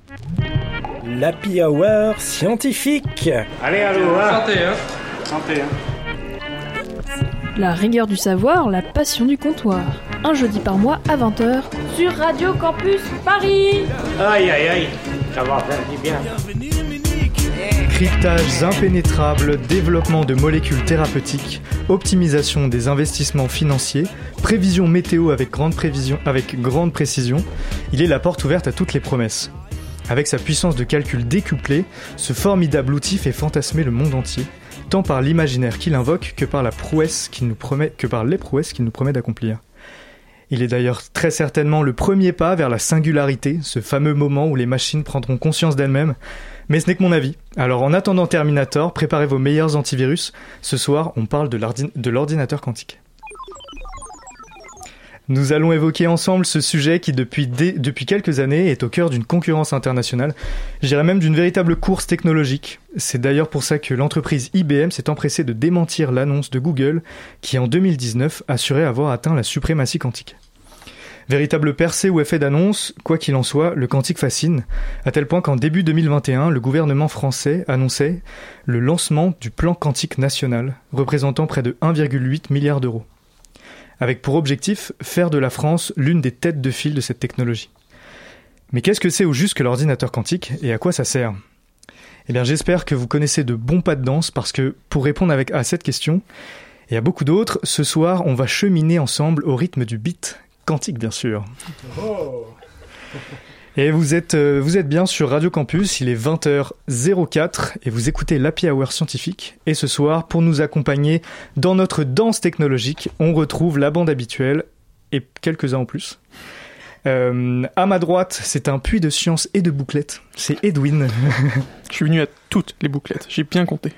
L'Happy Hour scientifique. Allez, allô, Santé, hein. Santé, hein. La rigueur du savoir, la passion du comptoir. Un jeudi par mois à 20h sur Radio Campus Paris. Aïe, aïe, aïe, ça va faire du bien. Cryptages impénétrables, développement de molécules thérapeutiques, optimisation des investissements financiers, prévision météo avec grande précision, il est la porte ouverte à toutes les promesses. Avec sa puissance de calcul décuplée, ce formidable outil fait fantasmer le monde entier, tant par l'imaginaire qu'il invoque que par les prouesses qu'il nous promet d'accomplir. Il est d'ailleurs très certainement le premier pas vers la singularité, ce fameux moment où les machines prendront conscience d'elles-mêmes. Mais ce n'est que mon avis. Alors en attendant Terminator, préparez vos meilleurs antivirus. Ce soir, on parle de l'ordinateur quantique. Nous allons évoquer ensemble ce sujet qui depuis quelques années est au cœur d'une concurrence internationale, je dirais même d'une véritable course technologique. C'est d'ailleurs pour ça que l'entreprise IBM s'est empressée de démentir l'annonce de Google qui en 2019 assurait avoir atteint la suprématie quantique. Véritable percée ou effet d'annonce, quoi qu'il en soit, le quantique fascine, à tel point qu'en début 2021, le gouvernement français annonçait le lancement du plan quantique national, représentant près de 1,8 milliard d'euros. Avec pour objectif faire de la France l'une des têtes de file de cette technologie. Mais qu'est-ce que c'est au juste que l'ordinateur quantique et à quoi ça sert ? Eh bien, j'espère que vous connaissez de bons pas de danse parce que pour répondre à cette question et à beaucoup d'autres, ce soir, on va cheminer ensemble au rythme du bit quantique, bien sûr. Oh. Et vous êtes bien sur Radio Campus, il est 20h04 et vous écoutez l'Happy Hour scientifique. Et ce soir, pour nous accompagner dans notre danse technologique, on retrouve la bande habituelle et quelques-uns en plus. À ma droite, c'est un puits de science et de bouclettes, c'est Edwin. Je suis venu à toutes les bouclettes, j'ai bien compté.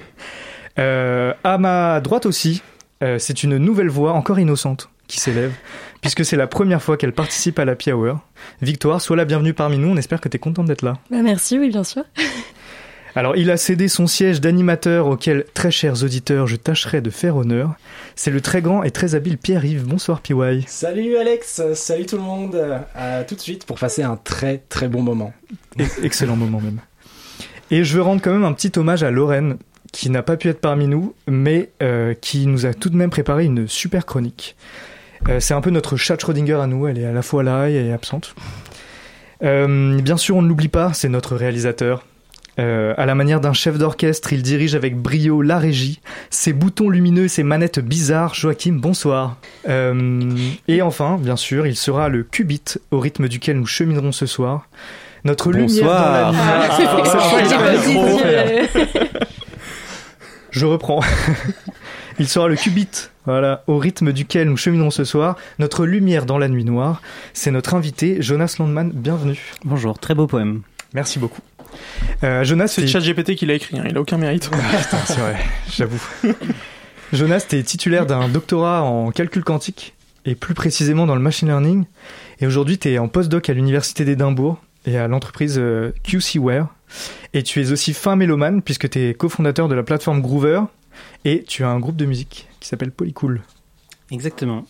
À ma droite aussi, c'est une nouvelle voix encore innocente qui s'élève, puisque c'est la première fois qu'elle participe à l'Happy Hour. Victoire, sois la bienvenue parmi nous, on espère que tu es contente d'être là. Merci, oui, bien sûr. Alors, il a cédé son siège d'animateur auquel, très chers auditeurs, je tâcherai de faire honneur. C'est le très grand et très habile Pierre-Yves. Bonsoir, PY. Salut Alex, salut tout le monde. À tout de suite pour passer un très très bon moment. Excellent moment même. Et je veux rendre quand même un petit hommage à Lorraine, qui n'a pas pu être parmi nous, mais qui nous a tout de même préparé une super chronique. C'est un peu notre chat Schrödinger à nous, elle est à la fois là et absente. Bien sûr, on ne l'oublie pas, c'est notre réalisateur. À la manière d'un chef d'orchestre, il dirige avec brio la régie, ses boutons lumineux et ses manettes bizarres. Joachim, bonsoir. Et enfin, bien sûr, il sera le qubit au rythme duquel nous cheminerons ce soir. Notre bonsoir. Lumière dans la Je reprends. Il sera le qubit, voilà, au rythme duquel nous cheminerons ce soir. Notre lumière dans la nuit noire. C'est notre invité, Jonas Landman. Bienvenue. Bonjour, très beau poème. Merci beaucoup. Jonas, c'est ChatGPT qui l'a écrit, hein, il a aucun mérite. Putain, c'est vrai, j'avoue. Jonas, t'es titulaire d'un doctorat en calcul quantique, et plus précisément dans le machine learning. Et aujourd'hui, t'es en postdoc à l'université d'Édimbourg et à l'entreprise QCware. Et tu es aussi fin mélomane, puisque t'es cofondateur de la plateforme Groover, et tu as un groupe de musique qui s'appelle Polycool. Exactement.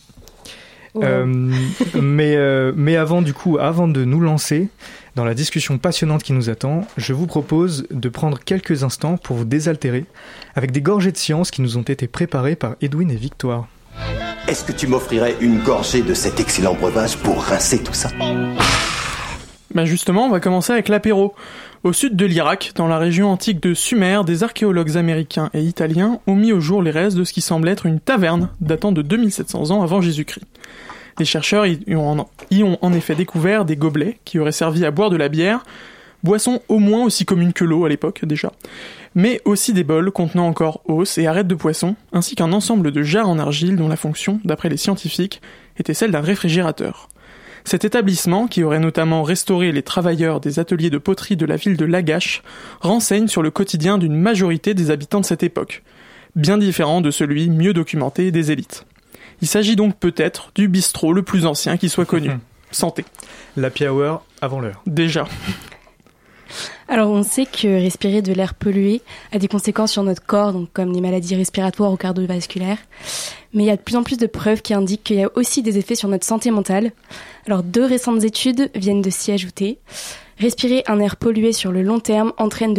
Mais avant de nous lancer dans la discussion passionnante qui nous attend, je vous propose de prendre quelques instants pour vous désaltérer avec des gorgées de science qui nous ont été préparées par Edwin et Victoire. Est-ce que tu m'offrirais une gorgée de cet excellent breuvage pour rincer tout ça ? Ben justement, on va commencer avec l'apéro. Au sud de l'Irak, dans la région antique de Sumer, des archéologues américains et italiens ont mis au jour les restes de ce qui semble être une taverne datant de 2700 ans avant Jésus-Christ. Les chercheurs y ont en effet découvert des gobelets qui auraient servi à boire de la bière, boisson au moins aussi commune que l'eau à l'époque déjà, mais aussi des bols contenant encore os et arêtes de poisson, ainsi qu'un ensemble de jarres en argile dont la fonction, d'après les scientifiques, était celle d'un réfrigérateur. Cet établissement, qui aurait notamment restauré les travailleurs des ateliers de poterie de la ville de Lagash, renseigne sur le quotidien d'une majorité des habitants de cette époque, bien différent de celui mieux documenté des élites. Il s'agit donc peut-être du bistrot le plus ancien qui soit connu. Santé. L'happy hour avant l'heure. Déjà. Alors on sait que respirer de l'air pollué a des conséquences sur notre corps, donc comme les maladies respiratoires ou cardiovasculaires. Mais il y a de plus en plus de preuves qui indiquent qu'il y a aussi des effets sur notre santé mentale. Alors 2 récentes études viennent de s'y ajouter. Respirer un air pollué sur le long terme entraîne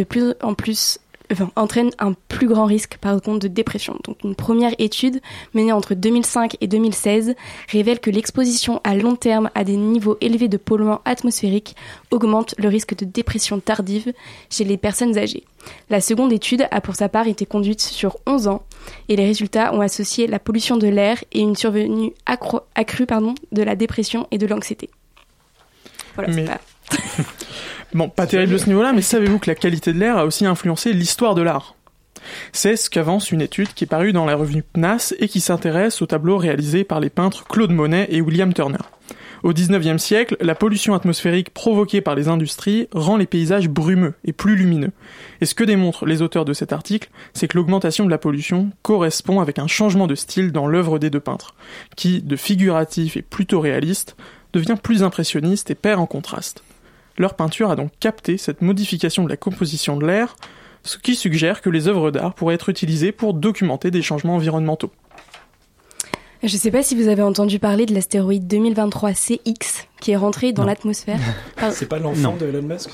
un plus grand risque de dépression. Donc une première étude menée entre 2005 et 2016 révèle que l'exposition à long terme à des niveaux élevés de polluants atmosphériques augmente le risque de dépression tardive chez les personnes âgées. La seconde étude a pour sa part été conduite sur 11 ans et les résultats ont associé la pollution de l'air et une survenue accrue de la dépression et de l'anxiété. Voilà, mais... Bon, pas terrible de ce niveau-là, mais savez-vous que la qualité de l'air a aussi influencé l'histoire de l'art ? C'est ce qu'avance une étude qui est parue dans la revue PNAS et qui s'intéresse aux tableaux réalisés par les peintres Claude Monet et William Turner. Au XIXe siècle, la pollution atmosphérique provoquée par les industries rend les paysages brumeux et plus lumineux. Et ce que démontrent les auteurs de cet article, c'est que l'augmentation de la pollution correspond avec un changement de style dans l'œuvre des deux peintres, qui, de figuratif et plutôt réaliste, devient plus impressionniste et perd en contraste. Leur peinture a donc capté cette modification de la composition de l'air, ce qui suggère que les œuvres d'art pourraient être utilisées pour documenter des changements environnementaux. Je ne sais pas si vous avez entendu parler de l'astéroïde 2023 CX qui est rentré dans l'atmosphère. C'est pas l'enfant de Elon Musk,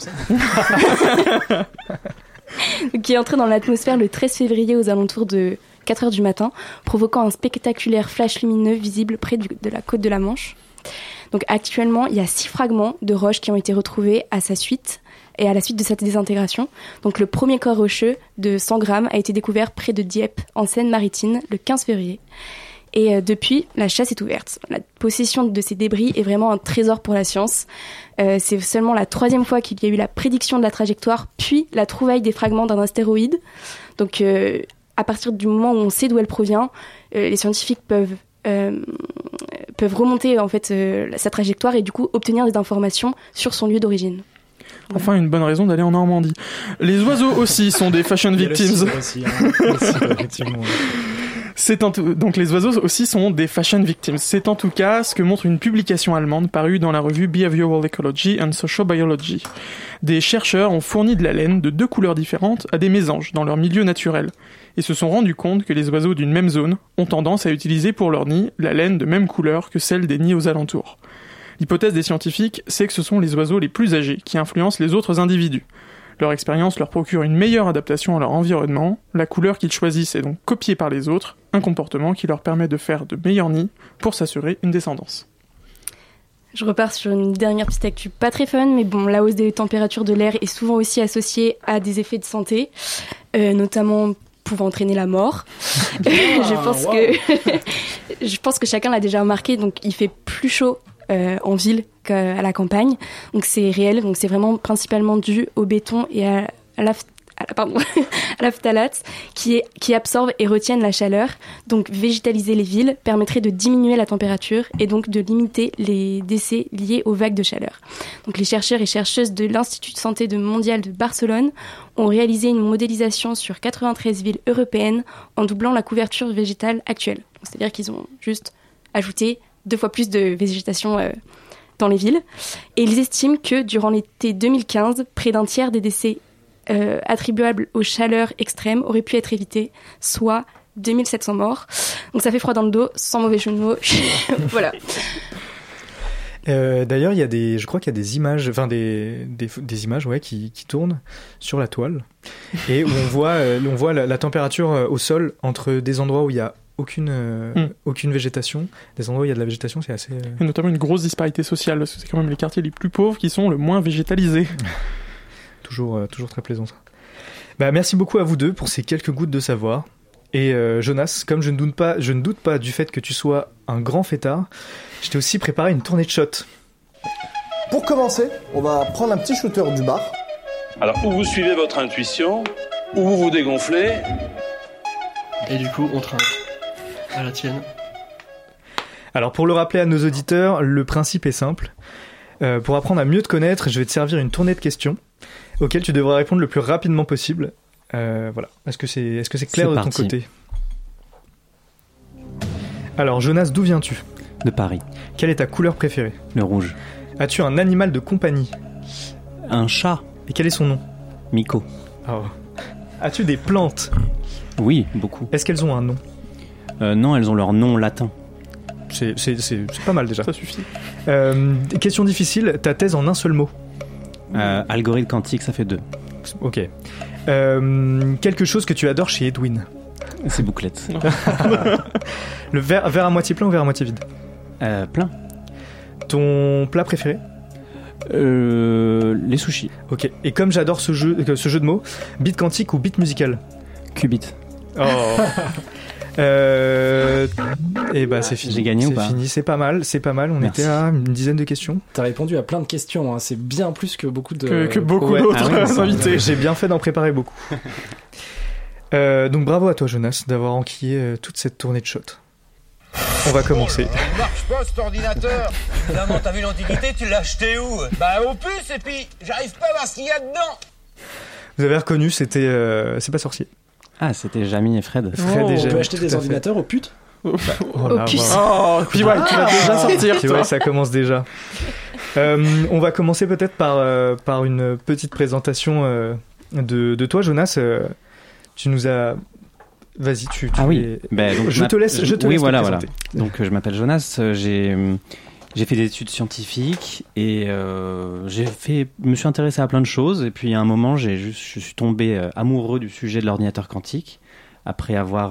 ça qui est entré dans l'atmosphère le 13 février aux alentours de 4h du matin, provoquant un spectaculaire flash lumineux visible près de la côte de la Manche. Donc actuellement, il y a 6 fragments de roches qui ont été retrouvés à sa suite et à la suite de cette désintégration. Donc le premier corps rocheux de 100 grammes a été découvert près de Dieppe, en Seine-Maritime, le 15 février. Et depuis, la chasse est ouverte. La possession de ces débris est vraiment un trésor pour la science. C'est seulement la 3e fois qu'il y a eu la prédiction de la trajectoire, puis la trouvaille des fragments d'un astéroïde. Donc à partir du moment où on sait d'où elle provient, les scientifiques peuvent remonter en fait sa trajectoire et du coup obtenir des informations sur son lieu d'origine. Enfin, une bonne raison d'aller en Normandie. Les oiseaux aussi sont des fashion victims. Donc les oiseaux aussi sont des fashion victims. C'est en tout cas ce que montre une publication allemande parue dans la revue Behavioral Ecology and Social Biology. Des chercheurs ont fourni de la laine de 2 couleurs différentes à des mésanges dans leur milieu naturel et se sont rendus compte que les oiseaux d'une même zone ont tendance à utiliser pour leur nid la laine de même couleur que celle des nids aux alentours. L'hypothèse des scientifiques, c'est que ce sont les oiseaux les plus âgés qui influencent les autres individus. Leur expérience leur procure une meilleure adaptation à leur environnement, la couleur qu'ils choisissent est donc copiée par les autres, un comportement qui leur permet de faire de meilleurs nids pour s'assurer une descendance. Je repars sur une dernière petite actu pas très fun, mais bon, la hausse des températures de l'air est souvent aussi associée à des effets de santé, notamment pouvant entraîner la mort. Je pense que chacun l'a déjà remarqué, donc il fait plus chaud en ville qu'à la campagne, donc c'est réel, donc c'est vraiment principalement dû au béton et à la phtalate qui absorbent et retiennent la chaleur. Donc végétaliser les villes permettrait de diminuer la température et donc de limiter les décès liés aux vagues de chaleur. Donc les chercheurs et chercheuses de l'Institut de santé mondial de Barcelone ont réalisé une modélisation sur 93 villes européennes en doublant la couverture végétale actuelle. Donc, c'est-à-dire qu'ils ont juste ajouté 2 fois plus de végétation dans les villes. Et ils estiment que durant l'été 2015, près d'un tiers des décès attribuables aux chaleurs extrêmes auraient pu être évités, soit 2700 morts. Donc ça fait froid dans le dos, sans mauvais jeu de mots. Voilà. D'ailleurs, je crois qu'il y a des images, enfin des images, qui tournent sur la toile et où on voit la température au sol entre des endroits où il y a aucune végétation, des endroits où il y a de la végétation, c'est assez... Et notamment une grosse disparité sociale, parce que c'est quand même les quartiers les plus pauvres qui sont le moins végétalisés. Toujours très plaisant ça. Bah, merci beaucoup à vous deux pour ces quelques gouttes de savoir. Et Jonas, comme je ne doute pas du fait que tu sois un grand fêtard, je t'ai aussi préparé une tournée de shots. Pour commencer, on va prendre un petit shooter du bar. Alors, ou vous suivez votre intuition, ou vous vous dégonflez. Et du coup, on trinque. À la tienne. Alors, pour le rappeler à nos auditeurs, le principe est simple. Pour apprendre à mieux te connaître, je vais te servir une tournée de questions auxquelles tu devras répondre le plus rapidement possible. Voilà. Est-ce que c'est clair de ton côté ? Alors, Jonas, d'où viens-tu ? De Paris. Quelle est ta couleur préférée ? Le rouge. As-tu un animal de compagnie ? Un chat. Et quel est son nom ? Miko. Oh. As-tu des plantes ? Oui, beaucoup. Est-ce qu'elles ont un nom ? Non, elles ont leur nom latin. C'est pas mal déjà. Ça suffit. Question difficile, ta thèse en un seul mot ? Algorithme quantique, ça fait 2. Ok. Quelque chose que tu adores chez Edwin. C'est bouclette. Le verre à moitié plein ou verre à moitié vide? Plein. Ton plat préféré? Les sushis. Ok. Et comme j'adore ce jeu de mots, beat quantique ou beat musical? Qubit. Oh. Et bah c'est fini. J'ai gagné ou pas? C'est fini, c'est pas mal. On Merci. était à une dizaine de questions. T'as répondu à plein de questions, hein. C'est bien plus que beaucoup de... Que beaucoup Ouais. d'autres invités. J'ai bien fait d'en préparer beaucoup. Donc bravo à toi Jonas d'avoir enquillé toute cette tournée de shots. On va commencer. Il marche pas cet ordinateur. Évidemment, t'as vu l'Antiquité, tu l'as acheté où? Bah au puce, et puis j'arrive pas à voir ce qu'il y a dedans. Vous avez reconnu, c'était C'est pas sorcier. Ah, c'était Jamy et Fred. Fred et On Jamy, peut acheter tout des à ordinateurs aux putes? Oh là, puce. voilà. Oh, puis ouais, tu vas déjà sortir, Puis toi. ouais, ça commence déjà. On va commencer peut-être par une petite présentation de toi, Jonas. Tu nous as... Vas-y, tu Ah oui. es... Donc, je te laisse oui, te voilà. présenter. Donc je m'appelle Jonas, j'ai fait des études scientifiques et me suis intéressé à plein de choses. Et puis à un moment, je suis tombé amoureux du sujet de l'ordinateur quantique après avoir...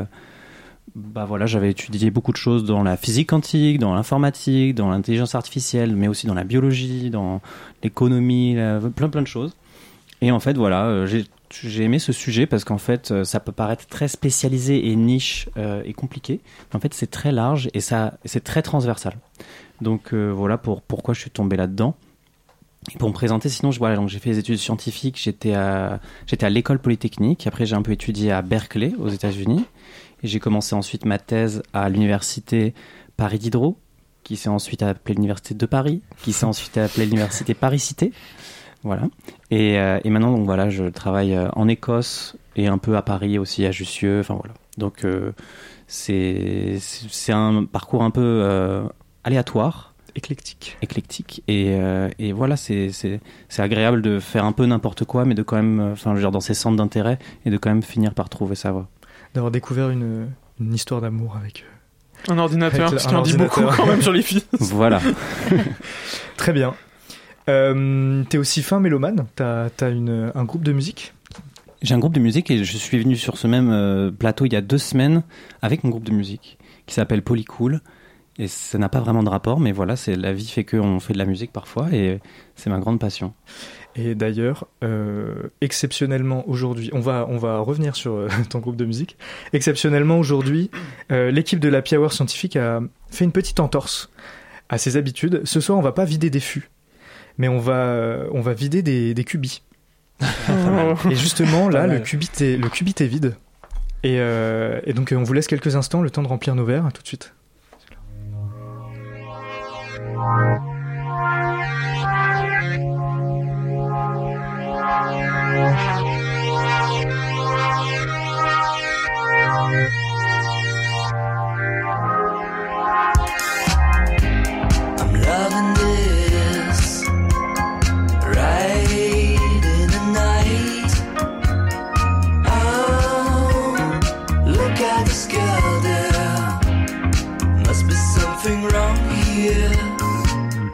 j'avais étudié beaucoup de choses dans la physique quantique, dans l'informatique, dans l'intelligence artificielle, mais aussi dans la biologie, dans l'économie, plein de choses. Et en fait, j'ai aimé ce sujet parce qu'en fait, ça peut paraître très spécialisé et niche et compliqué. Mais en fait, c'est très large et c'est très transversal. Donc voilà pourquoi je suis tombé là-dedans. Et pour me présenter, sinon, donc j'ai fait des études scientifiques. J'étais à l'école polytechnique. Après, j'ai un peu étudié à Berkeley, aux États-Unis. Et j'ai commencé ensuite ma thèse à l'université Paris Diderot, qui s'est ensuite appelée l'université de Paris, qui s'est ensuite appelée l'université Paris-Cité. Voilà. Et maintenant, donc voilà, je travaille en Écosse et un peu à Paris aussi, à Jussieu. Enfin voilà. Donc c'est un parcours un peu aléatoire, éclectique. Et voilà, c'est agréable de faire un peu n'importe quoi, mais de quand même, dans ses centres d'intérêt et de quand même finir par trouver sa voie. D'avoir découvert une histoire d'amour avec un ordinateur, avec ce qui en dit beaucoup quand même sur les filles. Voilà. Très bien. T'es aussi fin mélomane, t'as un groupe de musique? J'ai un groupe de musique et je suis venu sur ce même plateau il y a 2 semaines avec mon groupe de musique qui s'appelle Polycool. Et ça n'a pas vraiment de rapport, mais voilà, la vie fait qu'on fait de la musique parfois et c'est ma grande passion. Et d'ailleurs, exceptionnellement aujourd'hui, on va revenir sur ton groupe de musique. Exceptionnellement aujourd'hui, l'équipe de l'Happy Hour scientifique a fait une petite entorse à ses habitudes. Ce soir, on va pas vider des fûts, mais on va vider des qubits. Et justement, là, le qubit est vide. Et donc, on vous laisse quelques instants, le temps de remplir nos verres. À tout de suite. I'm loving this right in the night. Oh, look at the scale there. Must be something wrong here.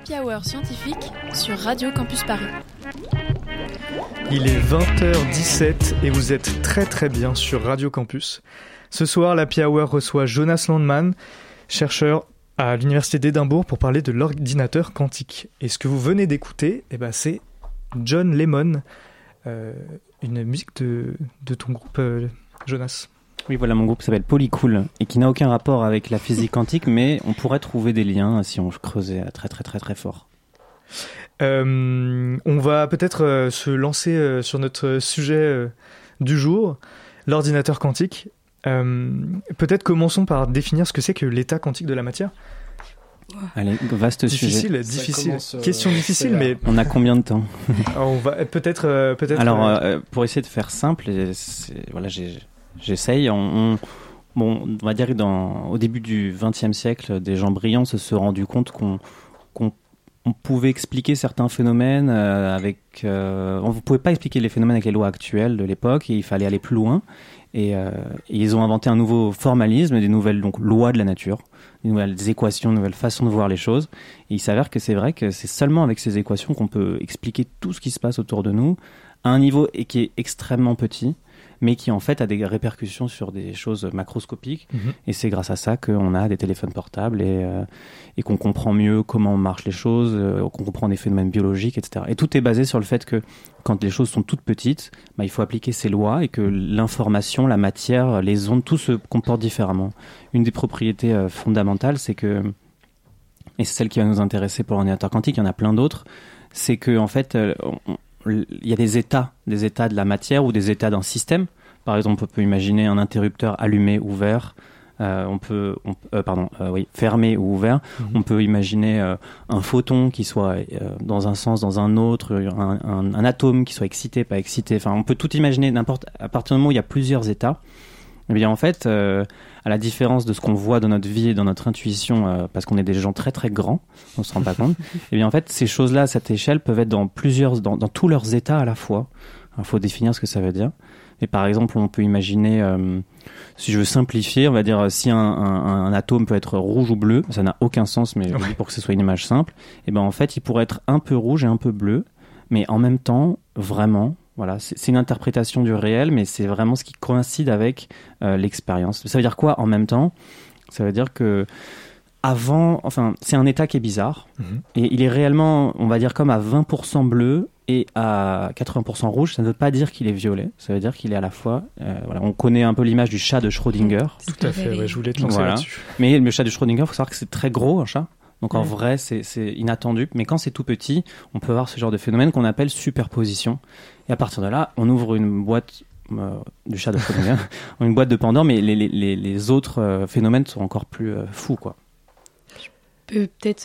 l'Happy Hour scientifique sur Radio Campus Paris. Il est 20h17 et vous êtes très très bien sur Radio Campus. Ce soir, l'Happy Hour reçoit Jonas Landman, chercheur à l'Université d'Édimbourg pour parler de l'ordinateur quantique. Et ce que vous venez d'écouter, c'est John Lemon, une musique de ton groupe, Jonas. Oui, voilà, mon groupe s'appelle Polycool et qui n'a aucun rapport avec la physique quantique, mais on pourrait trouver des liens si on creusait très très très très fort. On va peut-être se lancer sur notre sujet du jour, l'ordinateur quantique. Peut-être commençons par définir ce que c'est que l'état quantique de la matière. Allez, vaste sujet. Difficile. Question difficile, mais... On a combien de temps? On va peut-être... Alors, pour essayer de faire simple, j'essaye. On va dire que au début du XXe siècle, des gens brillants se sont rendus compte qu'on pouvait expliquer certains phénomènes on ne pouvait pas expliquer les phénomènes avec les lois actuelles de l'époque et il fallait aller plus loin. Et ils ont inventé un nouveau formalisme, des nouvelles lois de la nature, des nouvelles équations, de nouvelles façons de voir les choses. Et il s'avère que c'est vrai que c'est seulement avec ces équations qu'on peut expliquer tout ce qui se passe autour de nous à un niveau qui est extrêmement petit, mais qui en fait a des répercussions sur des choses macroscopiques. Et c'est grâce à ça qu'on a des téléphones portables et qu'on comprend mieux comment marchent les choses, qu'on comprend des phénomènes biologiques, etc. Et tout est basé sur le fait que quand les choses sont toutes petites, il faut appliquer ces lois et que l'information, la matière, les ondes, tout se comporte différemment. Une des propriétés fondamentales, c'est que, et c'est celle qui va nous intéresser pour l'ordinateur quantique, il y en a plein d'autres, c'est que en fait, il y a des états de la matière ou des états d'un système. Par exemple, on peut imaginer un interrupteur allumé, ouvert. Fermé ou ouvert. On peut imaginer un photon qui soit dans un sens, dans un autre, un atome qui soit excité, pas excité. Enfin, on peut tout imaginer à partir du moment où il y a plusieurs états. Eh bien, en fait, à la différence de ce qu'on voit dans notre vie et dans notre intuition, parce qu'on est des gens très très grands, on se rend pas compte. Eh bien, en fait, ces choses-là, à cette échelle, peuvent être dans tous leurs états à la fois. Il faut définir ce que ça veut dire. Et par exemple, on peut imaginer, si je veux simplifier, on va dire si un atome peut être rouge ou bleu, ça n'a aucun sens, mais pour que ce soit une image simple, et ben en fait, il pourrait être un peu rouge et un peu bleu, mais en même temps, vraiment, voilà, c'est une interprétation du réel, mais c'est vraiment ce qui coïncide avec l'expérience. Ça veut dire quoi en même temps? Ça veut dire que c'est un état qui est bizarre, et il est réellement, on va dire, comme à 20% bleu et à 80% rouge. Ça ne veut pas dire qu'il est violet, ça veut dire qu'il est à la fois... on connaît un peu l'image du chat de Schrödinger. Tout à fait, je voulais te lancer là-dessus. Mais le chat de Schrödinger, il faut savoir que c'est très gros, un chat. Donc en vrai, c'est inattendu. Mais quand c'est tout petit, on peut avoir ce genre de phénomène qu'on appelle superposition. Et à partir de là, on ouvre une boîte... du chat de Schrödinger, une boîte de Pandore, mais les autres phénomènes sont encore plus fous, quoi. Peut-être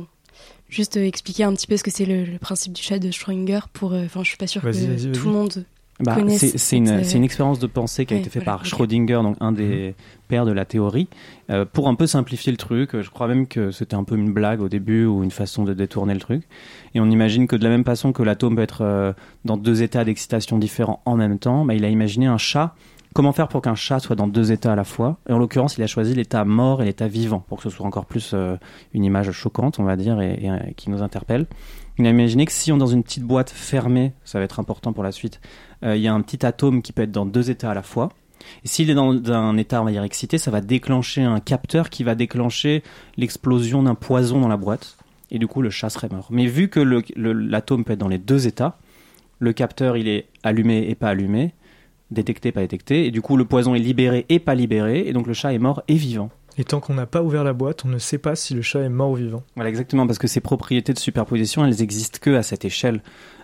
juste expliquer un petit peu ce que c'est le principe du chat de Schrödinger je suis pas sûre que tout le monde connaisse. C'est une expérience de pensée qui a été faite par Schrödinger, donc un des pères de la théorie, pour un peu simplifier le truc. Je crois même que c'était un peu une blague au début ou une façon de détourner le truc. Et on imagine que de la même façon que l'atome peut être dans deux états d'excitation différents en même temps, il a imaginé un chat. Comment faire pour qu'un chat soit dans deux états à la fois? Et en l'occurrence, il a choisi l'état mort et l'état vivant, pour que ce soit encore plus une image choquante, on va dire, et qui nous interpelle. Il a imaginé que si on est dans une petite boîte fermée, ça va être important pour la suite, il y a un petit atome qui peut être dans deux états à la fois. Et s'il est dans un état, on va dire, excité, ça va déclencher un capteur qui va déclencher l'explosion d'un poison dans la boîte. Et du coup, le chat serait mort. Mais vu que l'atome peut être dans les deux états, le capteur, il est allumé et pas allumé, détecté, pas détecté, et du coup le poison est libéré et pas libéré, et donc le chat est mort et vivant. Et tant qu'on n'a pas ouvert la boîte, on ne sait pas si le chat est mort ou vivant. Voilà, exactement, parce que ces propriétés de superposition, elles existent que à cette échelle.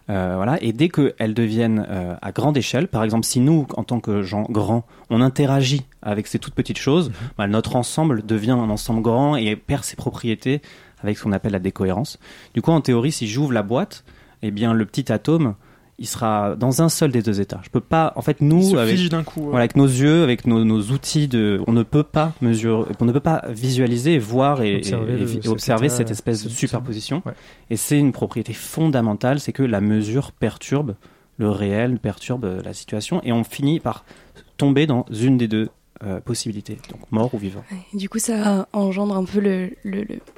Et dès qu'elles deviennent à grande échelle, par exemple, si nous, en tant que gens grands, on interagit avec ces toutes petites choses, notre ensemble devient un ensemble grand et perd ses propriétés avec ce qu'on appelle la décohérence. Du coup, en théorie, si j'ouvre la boîte, eh bien, le petit atome, il sera dans un seul des deux états. Je peux pas, en fait, nous, avec nos yeux, avec nos outils on ne peut pas mesurer, on ne peut pas visualiser, voir et observer cette espèce de superposition. Ouais. Et c'est une propriété fondamentale, c'est que la mesure perturbe le réel, perturbe la situation, et on finit par tomber dans une des deux possibilités, donc mort ou vivant. Du coup, ça engendre un peu le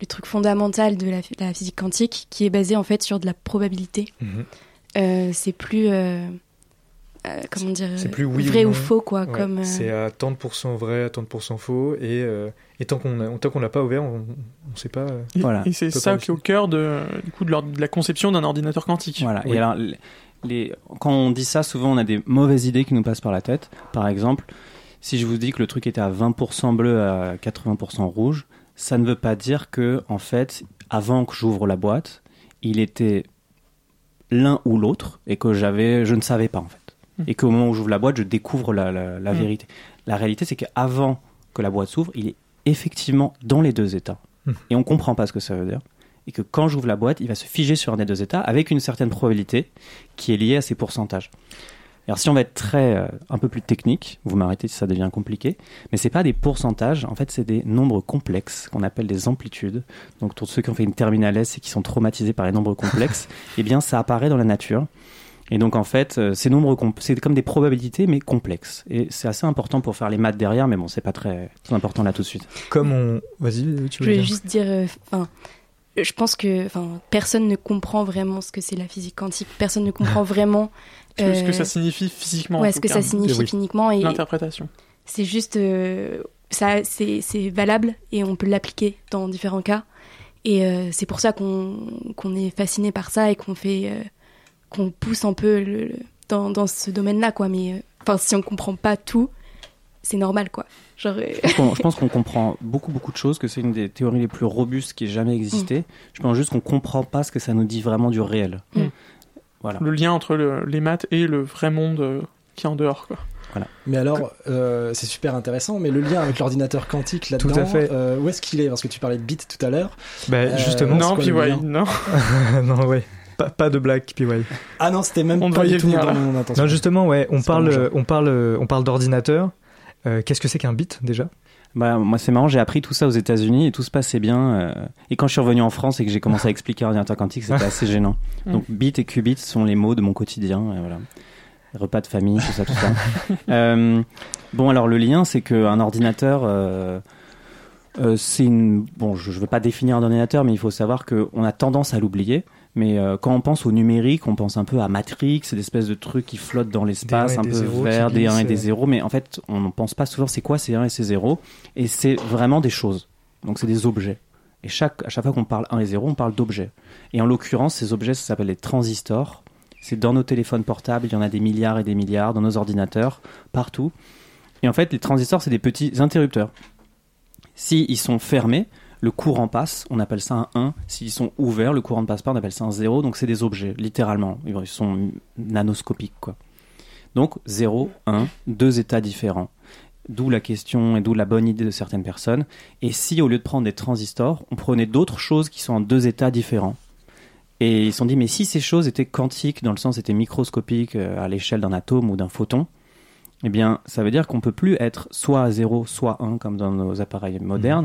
truc fondamental de la physique quantique, qui est basé en fait sur de la probabilité. C'est plus comment dire, c'est plus vrai ou faux, quoi. Ouais, comme c'est à tant de pourcents vrai, à tant de pourcents faux, et tant qu'on l'a pas ouvert, on sait pas. Voilà. Et c'est ça qui est au cœur de la conception d'un ordinateur quantique. Voilà. Oui. Et alors, quand on dit ça, souvent on a des mauvaises idées qui nous passent par la tête. Par exemple, si je vous dis que le truc était à 20% bleu, à 80% rouge, ça ne veut pas dire que, en fait, avant que j'ouvre la boîte, il était l'un ou l'autre, et que je ne savais pas, en fait. Et qu'au moment où j'ouvre la boîte, je découvre la vérité. La réalité, c'est qu'avant que la boîte s'ouvre, il est effectivement dans les deux états. Et on ne comprend pas ce que ça veut dire. Et que quand j'ouvre la boîte, il va se figer sur un des deux états avec une certaine probabilité qui est liée à ces pourcentages. Alors si on va être un peu plus technique, vous m'arrêtez si ça devient compliqué, mais c'est pas des pourcentages, en fait c'est des nombres complexes qu'on appelle des amplitudes. Donc pour ceux qui ont fait une terminale S et qui sont traumatisés par les nombres complexes, eh bien ça apparaît dans la nature. Et donc en fait, ces nombres c'est comme des probabilités mais complexes. Et c'est assez important pour faire les maths derrière, mais bon, c'est pas très important là tout de suite. Vas-y, tu veux dire. Je voulais juste dire, je pense que personne ne comprend vraiment ce que c'est la physique quantique. Personne ne comprend vraiment ce que ça signifie physiquement. Ouais, ce que ça signifie physiquement. Et l'interprétation. C'est juste, c'est valable et on peut l'appliquer dans différents cas. Et c'est pour ça qu'on est fasciné par ça et qu'on pousse un peu dans ce domaine-là, quoi. Mais si on comprend pas tout, c'est normal, quoi. Genre... Je pense qu'on comprend beaucoup de choses, que c'est une des théories les plus robustes qui ait jamais existé. Je pense juste qu'on comprend pas ce que ça nous dit vraiment du réel. Voilà. Le lien entre les maths et le vrai monde qui est en dehors, quoi. Voilà. Mais alors, c'est super intéressant, mais le lien avec l'ordinateur quantique là-dedans, tout à fait. Où est-ce qu'il est ? Parce que tu parlais de bits tout à l'heure. Justement, non, PY, non. Non, ouais. Pas de blague, PY. Ah non, c'était même pas du tout dans mon intention. Non, justement, ouais, on parle d'ordinateur. Qu'est-ce que c'est qu'un bit déjà ? Moi c'est marrant, j'ai appris tout ça aux États-Unis et tout se passait bien. Et quand je suis revenu en France et que j'ai commencé à expliquer ordinateur quantique, c'était assez gênant. Donc bit et qubit sont les mots de mon quotidien. Voilà. Repas de famille, tout ça. Alors le lien, c'est qu'un ordinateur, c'est une. Bon, je veux pas définir un ordinateur, mais il faut savoir qu'on a tendance à l'oublier. Mais quand on pense au numérique, on pense un peu à Matrix, c'est des espèces de trucs qui flottent dans l'espace, un peu verts, des 1 et des 0, mais en fait, on ne pense pas souvent c'est quoi ces 1 et ces 0, et c'est vraiment des choses. Donc c'est des objets. Et à chaque fois qu'on parle 1 et 0, on parle d'objets. Et en l'occurrence, ces objets, ça s'appelle les transistors. C'est dans nos téléphones portables, il y en a des milliards et des milliards, dans nos ordinateurs, partout. Et en fait, les transistors, c'est des petits interrupteurs. S'ils sont fermés, le courant passe, on appelle ça un 1. S'ils sont ouverts, le courant ne passe pas, on appelle ça un 0. Donc c'est des objets, littéralement. Ils sont nanoscopiques, quoi. Donc 0, 1, deux états différents. D'où la question et d'où la bonne idée de certaines personnes. Et si, au lieu de prendre des transistors, on prenait d'autres choses qui sont en deux états différents. Et ils se sont dit, mais si ces choses étaient quantiques, dans le sens étaient microscopiques à l'échelle d'un atome ou d'un photon, eh bien, ça veut dire qu'on ne peut plus être soit à 0, soit 1, comme dans nos appareils modernes.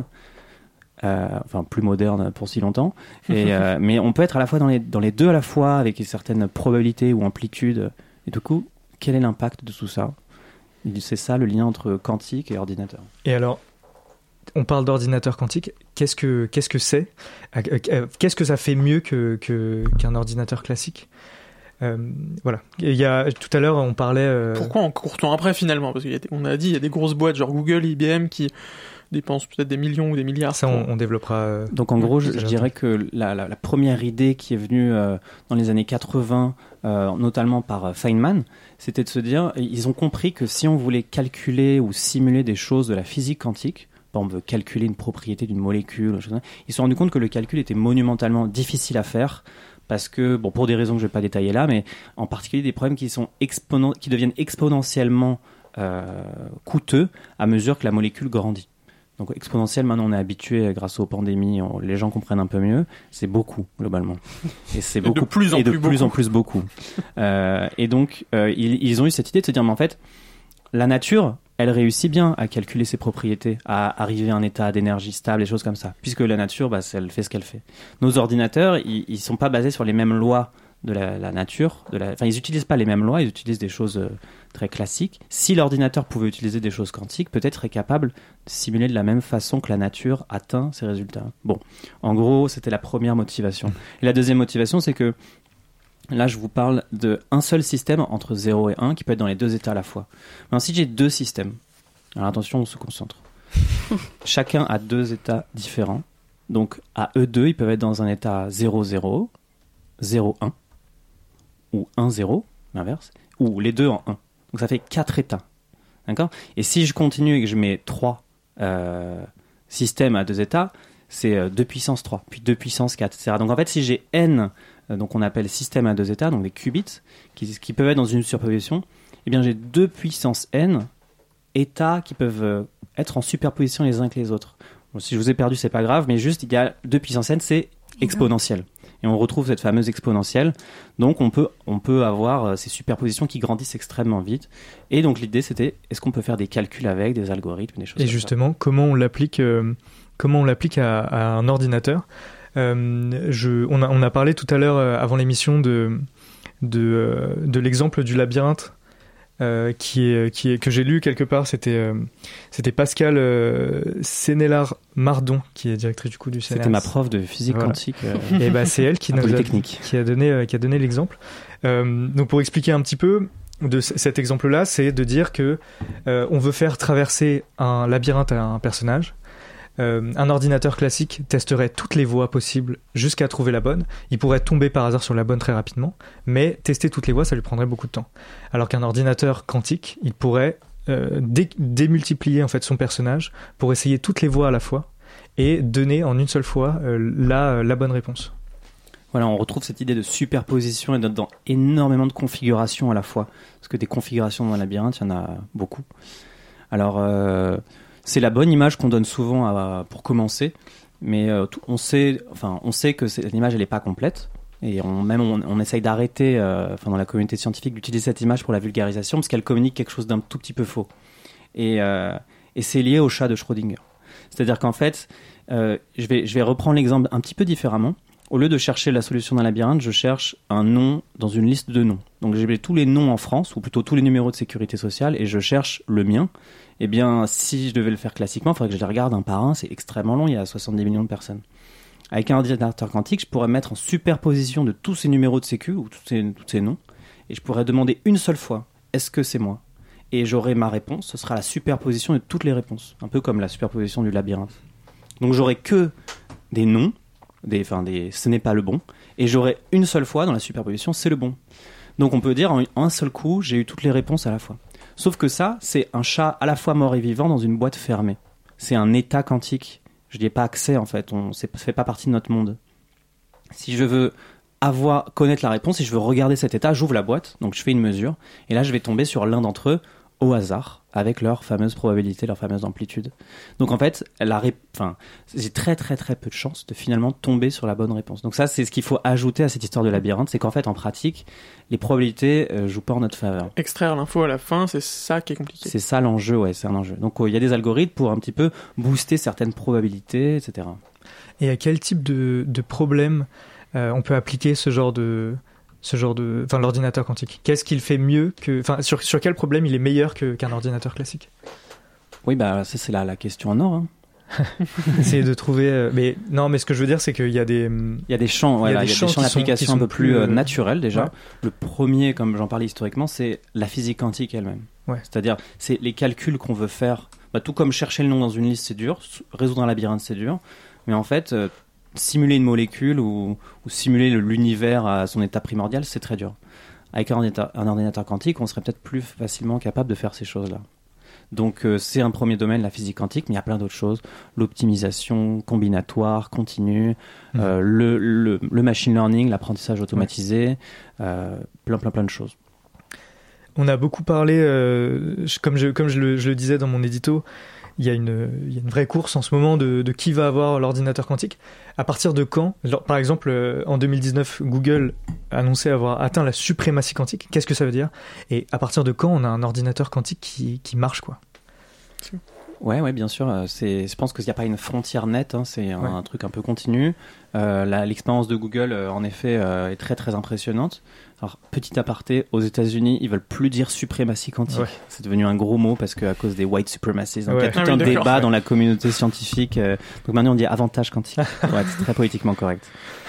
Plus moderne pour si longtemps, mais on peut être à la fois dans les deux à la fois avec une certaine probabilité ou amplitude. Et du coup, quel est l'impact de tout ça ? C'est ça le lien entre quantique et ordinateur. Et alors, on parle d'ordinateur quantique. Qu'est-ce que c'est ? Qu'est-ce que ça fait mieux qu'un ordinateur classique ? Voilà. Tout à l'heure, on parlait. Pourquoi en court temps après finalement ? Parce qu'on a dit il y a des grosses boîtes genre Google, IBM qui dépensent peut-être des millions ou des milliards. Ça, on développera. Donc en gros, je dirais que la première idée qui est venue dans les années 80, notamment par Feynman, c'était de se dire, ils ont compris que si on voulait calculer ou simuler des choses de la physique quantique, on veut calculer une propriété d'une molécule, ils se sont rendus compte que le calcul était monumentalement difficile à faire. Parce que, pour des raisons que je ne vais pas détailler là, mais en particulier des problèmes qui deviennent exponentiellement coûteux à mesure que la molécule grandit. Donc exponentiel, maintenant on est habitué grâce aux pandémies, les gens comprennent un peu mieux, c'est beaucoup globalement. Et c'est beaucoup, de plus en plus beaucoup. Et donc ils ont eu cette idée de se dire, mais en fait, la nature, elle réussit bien à calculer ses propriétés, à arriver à un état d'énergie stable, des choses comme ça. Puisque la nature, elle fait ce qu'elle fait. Nos ordinateurs, ils sont pas basés sur les mêmes lois de la nature, enfin ils n'utilisent pas les mêmes lois, ils utilisent des choses très classiques. Si l'ordinateur pouvait utiliser des choses quantiques, peut-être serait capable de simuler de la même façon que la nature atteint ses résultats. Bon, en gros, c'était la première motivation. Et la deuxième motivation, c'est que là, je vous parle d'un seul système entre 0 et 1 qui peut être dans les deux états à la fois. Mais si j'ai deux systèmes, alors attention, on se concentre. Chacun a deux états différents. Donc, à eux deux, ils peuvent être dans un état 0-0, 0-1, ou 1-0, l'inverse, ou les deux en 1. Donc, ça fait 4 états. D'accord ? Et si je continue et que je mets 3 systèmes à deux états, c'est 2 puissance 3, puis 2 puissance 4, etc. Donc, en fait, si j'ai n, donc on appelle système à deux états, donc des qubits, qui peuvent être dans une superposition, eh bien, j'ai 2 puissance n états qui peuvent être en superposition les uns avec les autres. Bon, si je vous ai perdu, c'est pas grave, mais juste, il y a 2 puissance n, c'est exponentiel. Et on retrouve cette fameuse exponentielle. Donc, on peut avoir ces superpositions qui grandissent extrêmement vite. Et donc, l'idée, c'était, est-ce qu'on peut faire des calculs avec, des algorithmes, des choses comme ça ? Et justement, comment on l'applique à un ordinateur ? On a parlé tout à l'heure, avant l'émission, de l'exemple du labyrinthe. Que j'ai lu quelque part, c'était Pascal Sénélard-Mardon, qui est directrice du coup du CNRS. C'était ma prof de physique quantique. Et c'est elle qui a donné l'exemple. Donc pour expliquer un petit peu de cet exemple-là, c'est de dire que on veut faire traverser un labyrinthe à un personnage. Un ordinateur classique testerait toutes les voies possibles jusqu'à trouver la bonne. Il pourrait tomber par hasard sur la bonne très rapidement, mais tester toutes les voies, ça lui prendrait beaucoup de temps. Alors qu'un ordinateur quantique, il pourrait démultiplier en fait son personnage pour essayer toutes les voies à la fois et donner en une seule fois la bonne réponse. Voilà, on retrouve cette idée de superposition et dans énormément de configurations à la fois. Parce que des configurations dans un labyrinthe, il y en a beaucoup. Alors, c'est la bonne image qu'on donne souvent pour commencer, mais on sait que cette image, elle n'est pas complète. Et on essaye d'arrêter, dans la communauté scientifique, d'utiliser cette image pour la vulgarisation, parce qu'elle communique quelque chose d'un tout petit peu faux. Et c'est lié au chat de Schrödinger. C'est-à-dire qu'en fait, je vais reprendre l'exemple un petit peu différemment. Au lieu de chercher la solution d'un labyrinthe, je cherche un nom dans une liste de noms. Donc j'ai tous les noms en France, ou plutôt tous les numéros de sécurité sociale, et je cherche le mien. Eh bien, si je devais le faire classiquement, il faudrait que je les regarde un par un, c'est extrêmement long, il y a 70 millions de personnes. Avec un ordinateur quantique, je pourrais mettre en superposition de tous ces numéros de sécu, ou tous ces noms, et je pourrais demander une seule fois, est-ce que c'est moi ? Et j'aurai ma réponse, ce sera la superposition de toutes les réponses, un peu comme la superposition du labyrinthe. Donc j'aurai que des noms, ce n'est pas le bon, et j'aurai une seule fois dans la superposition, c'est le bon. Donc on peut dire en un seul coup, j'ai eu toutes les réponses à la fois. Sauf que ça, c'est un chat à la fois mort et vivant dans une boîte fermée. C'est un état quantique. Je n'y ai pas accès en fait, ça ne fait pas partie de notre monde. Si je veux connaître la réponse, si je veux regarder cet état, j'ouvre la boîte, donc je fais une mesure, et là je vais tomber sur l'un d'entre eux au hasard, avec leur fameuse probabilité, leur fameuse amplitude. Donc en fait, j'ai très très très peu de chances de finalement tomber sur la bonne réponse. Donc ça, c'est ce qu'il faut ajouter à cette histoire de labyrinthe, c'est qu'en fait, en pratique, les probabilités jouent pas en notre faveur. Extraire l'info à la fin, c'est ça qui est compliqué. C'est ça l'enjeu, ouais, c'est un enjeu. Donc il y a des algorithmes pour un petit peu booster certaines probabilités, etc. Et à quel type de problème on peut appliquer l'ordinateur quantique? Qu'est-ce qu'il fait mieux sur quel problème il est meilleur qu'un ordinateur classique? Oui, ça c'est la question en or. Hein. Essayer de trouver. Mais ce que je veux dire, c'est qu'il y a des. Il y a des champs, il y a des champs d'application un peu plus naturels déjà. Ouais. Le premier, comme j'en parlais historiquement, c'est la physique quantique elle-même. Ouais. C'est-à-dire, c'est les calculs qu'on veut faire. Tout comme chercher le nom dans une liste, c'est dur. Résoudre un labyrinthe, c'est dur. Mais en fait, simuler une molécule ou simuler l'univers à son état primordial, c'est très dur. Avec un ordinateur quantique, on serait peut-être plus facilement capable de faire ces choses-là. Donc c'est un premier domaine, la physique quantique, mais il y a plein d'autres choses. L'optimisation combinatoire, continue, le machine learning, l'apprentissage automatisé, plein de choses. On a beaucoup parlé, comme je le disais dans mon édito, il y a une vraie course en ce moment de qui va avoir l'ordinateur quantique. À partir de quand, par exemple, en 2019, Google annonçait avoir atteint la suprématie quantique. Qu'est-ce que ça veut dire? Et à partir de quand on a un ordinateur quantique qui marche, quoi? Ouais, bien sûr. Je pense qu'il n'y a pas une frontière nette. Hein, c'est un truc un peu continu. L'expérience de Google, en effet, est très très impressionnante. Alors, petit aparté, aux États-Unis, ils veulent plus dire suprématie quantique. Ouais. C'est devenu un gros mot parce qu'à cause des white supremacists. Donc, il y a tout un débat dans la communauté scientifique. Donc maintenant, on dit avantage quantique. Ouais, c'est très politiquement correct.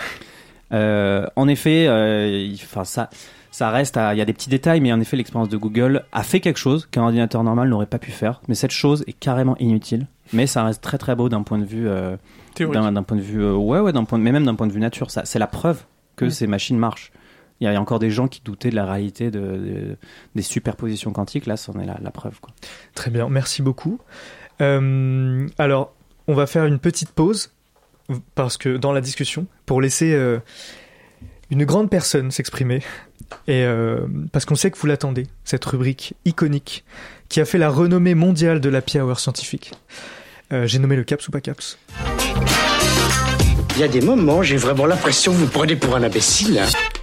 En effet, ça reste, il y a des petits détails, mais en effet, l'expérience de Google a fait quelque chose qu'un ordinateur normal n'aurait pas pu faire. Mais cette chose est carrément inutile. Mais ça reste très très beau d'un point de vue théorique, d'un point de vue, mais même d'un point de vue nature. Ça, c'est la preuve que ces machines marchent. Il y a encore des gens qui doutaient de la réalité des superpositions quantiques. Là, c'en est la preuve, quoi. Très bien, merci beaucoup. Alors, on va faire une petite pause parce que dans la discussion, pour laisser une grande personne s'exprimer, et parce qu'on sait que vous l'attendez, cette rubrique iconique qui a fait la renommée mondiale de l'Happy Hour scientifique. J'ai nommé le Caps ou pas Caps. Il y a des moments, j'ai vraiment l'impression que vous me prenez pour un imbécile.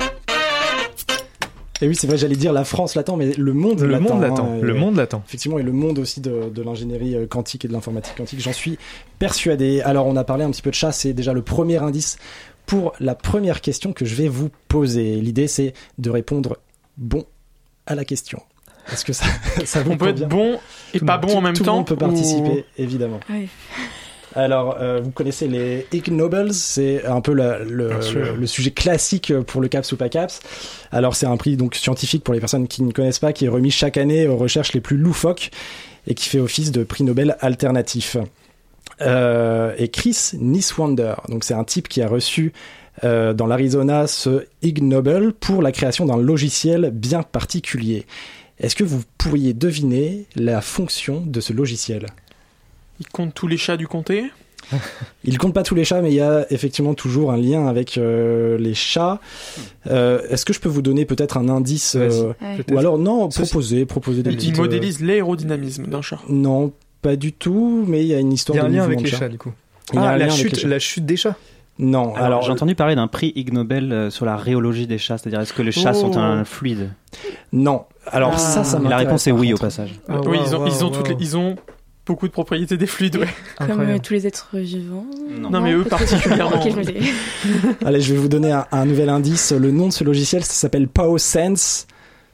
Et oui, c'est vrai, j'allais dire la France l'attend, mais le monde l'attend. Le monde l'attend. Effectivement, et le monde aussi de l'ingénierie quantique et de l'informatique quantique, j'en suis persuadé. Alors, on a parlé un petit peu de chat, c'est déjà le premier indice pour la première question que je vais vous poser. L'idée, c'est de répondre bon à la question. Est-ce que ça vous On peut être bon et pas bon en même temps. Tout le monde peut participer, évidemment. Oui. Alors, vous connaissez les Ig Nobels, c'est un peu le sujet classique pour le CAPS ou pas CAPS. Alors, c'est un prix donc scientifique pour les personnes qui ne connaissent pas, qui est remis chaque année aux recherches les plus loufoques et qui fait office de prix Nobel alternatif. Et Chris Niswander, donc c'est un type qui a reçu dans l'Arizona ce Ig Nobel pour la création d'un logiciel bien particulier. Est-ce que vous pourriez deviner la fonction de ce logiciel ? Il compte tous les chats du comté ? Il compte pas tous les chats, mais il y a effectivement toujours un lien avec les chats. Est-ce que je peux vous donner peut-être un indice ou alors non, proposer des petites... Il modélise l'aérodynamisme d'un chat. Non, pas du tout, mais il y a une histoire. Il y a un de lien avec les chat. chats, du coup. La chute des chats. Non, alors j'ai entendu parler d'un prix Ig Nobel sur la rhéologie des chats, c'est-à-dire est-ce que les chats sont un fluide ? Non. Alors ça m'intéresse. La réponse est oui au passage. Oui, ils ont beaucoup de propriétés des fluides, ouais. Comme tous les êtres vivants. Non, mais eux particulièrement. Ok, je me dis. Allez, je vais vous donner un nouvel indice. Le nom de ce logiciel, ça s'appelle PoWSense.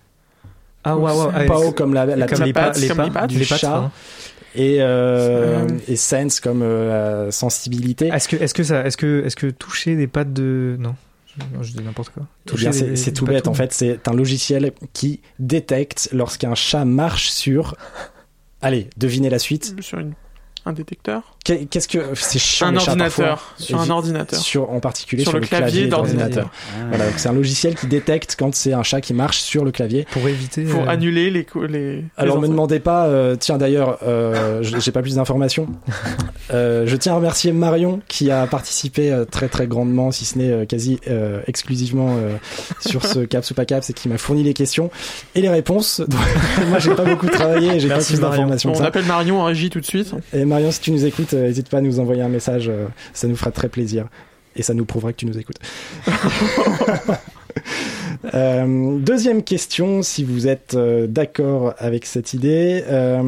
Pow comme la les pattes du chat. Hein. Et sense comme sensibilité. Est-ce que toucher des pattes de... Non, je dis n'importe quoi. C'est tout bête, en fait. C'est un logiciel qui détecte lorsqu'un chat marche sur... Allez, devinez la suite. Sur un détecteur. Qu'est-ce que c'est chiant, un les chats, ordinateur. Sur un ordinateur. En particulier sur le clavier d'ordinateur. Voilà, donc c'est un logiciel qui détecte quand c'est un chat qui marche sur le clavier. Pour éviter. Pour annuler les. Alors me demandez pas. Tiens d'ailleurs, j'ai pas plus d'informations. Je tiens à remercier Marion qui a participé très très grandement, si ce n'est quasi exclusivement sur ce CAPS ou pas CAPS et qui m'a fourni les questions et les réponses. Donc, moi j'ai pas beaucoup travaillé, j'ai pas plus d'informations. On appelle Marion en régie tout de suite. Et Marion, si tu nous écoutes, n'hésite pas à nous envoyer un message, ça nous fera très plaisir et ça nous prouvera que tu nous écoutes. Deuxième question, si vous êtes d'accord avec cette idée,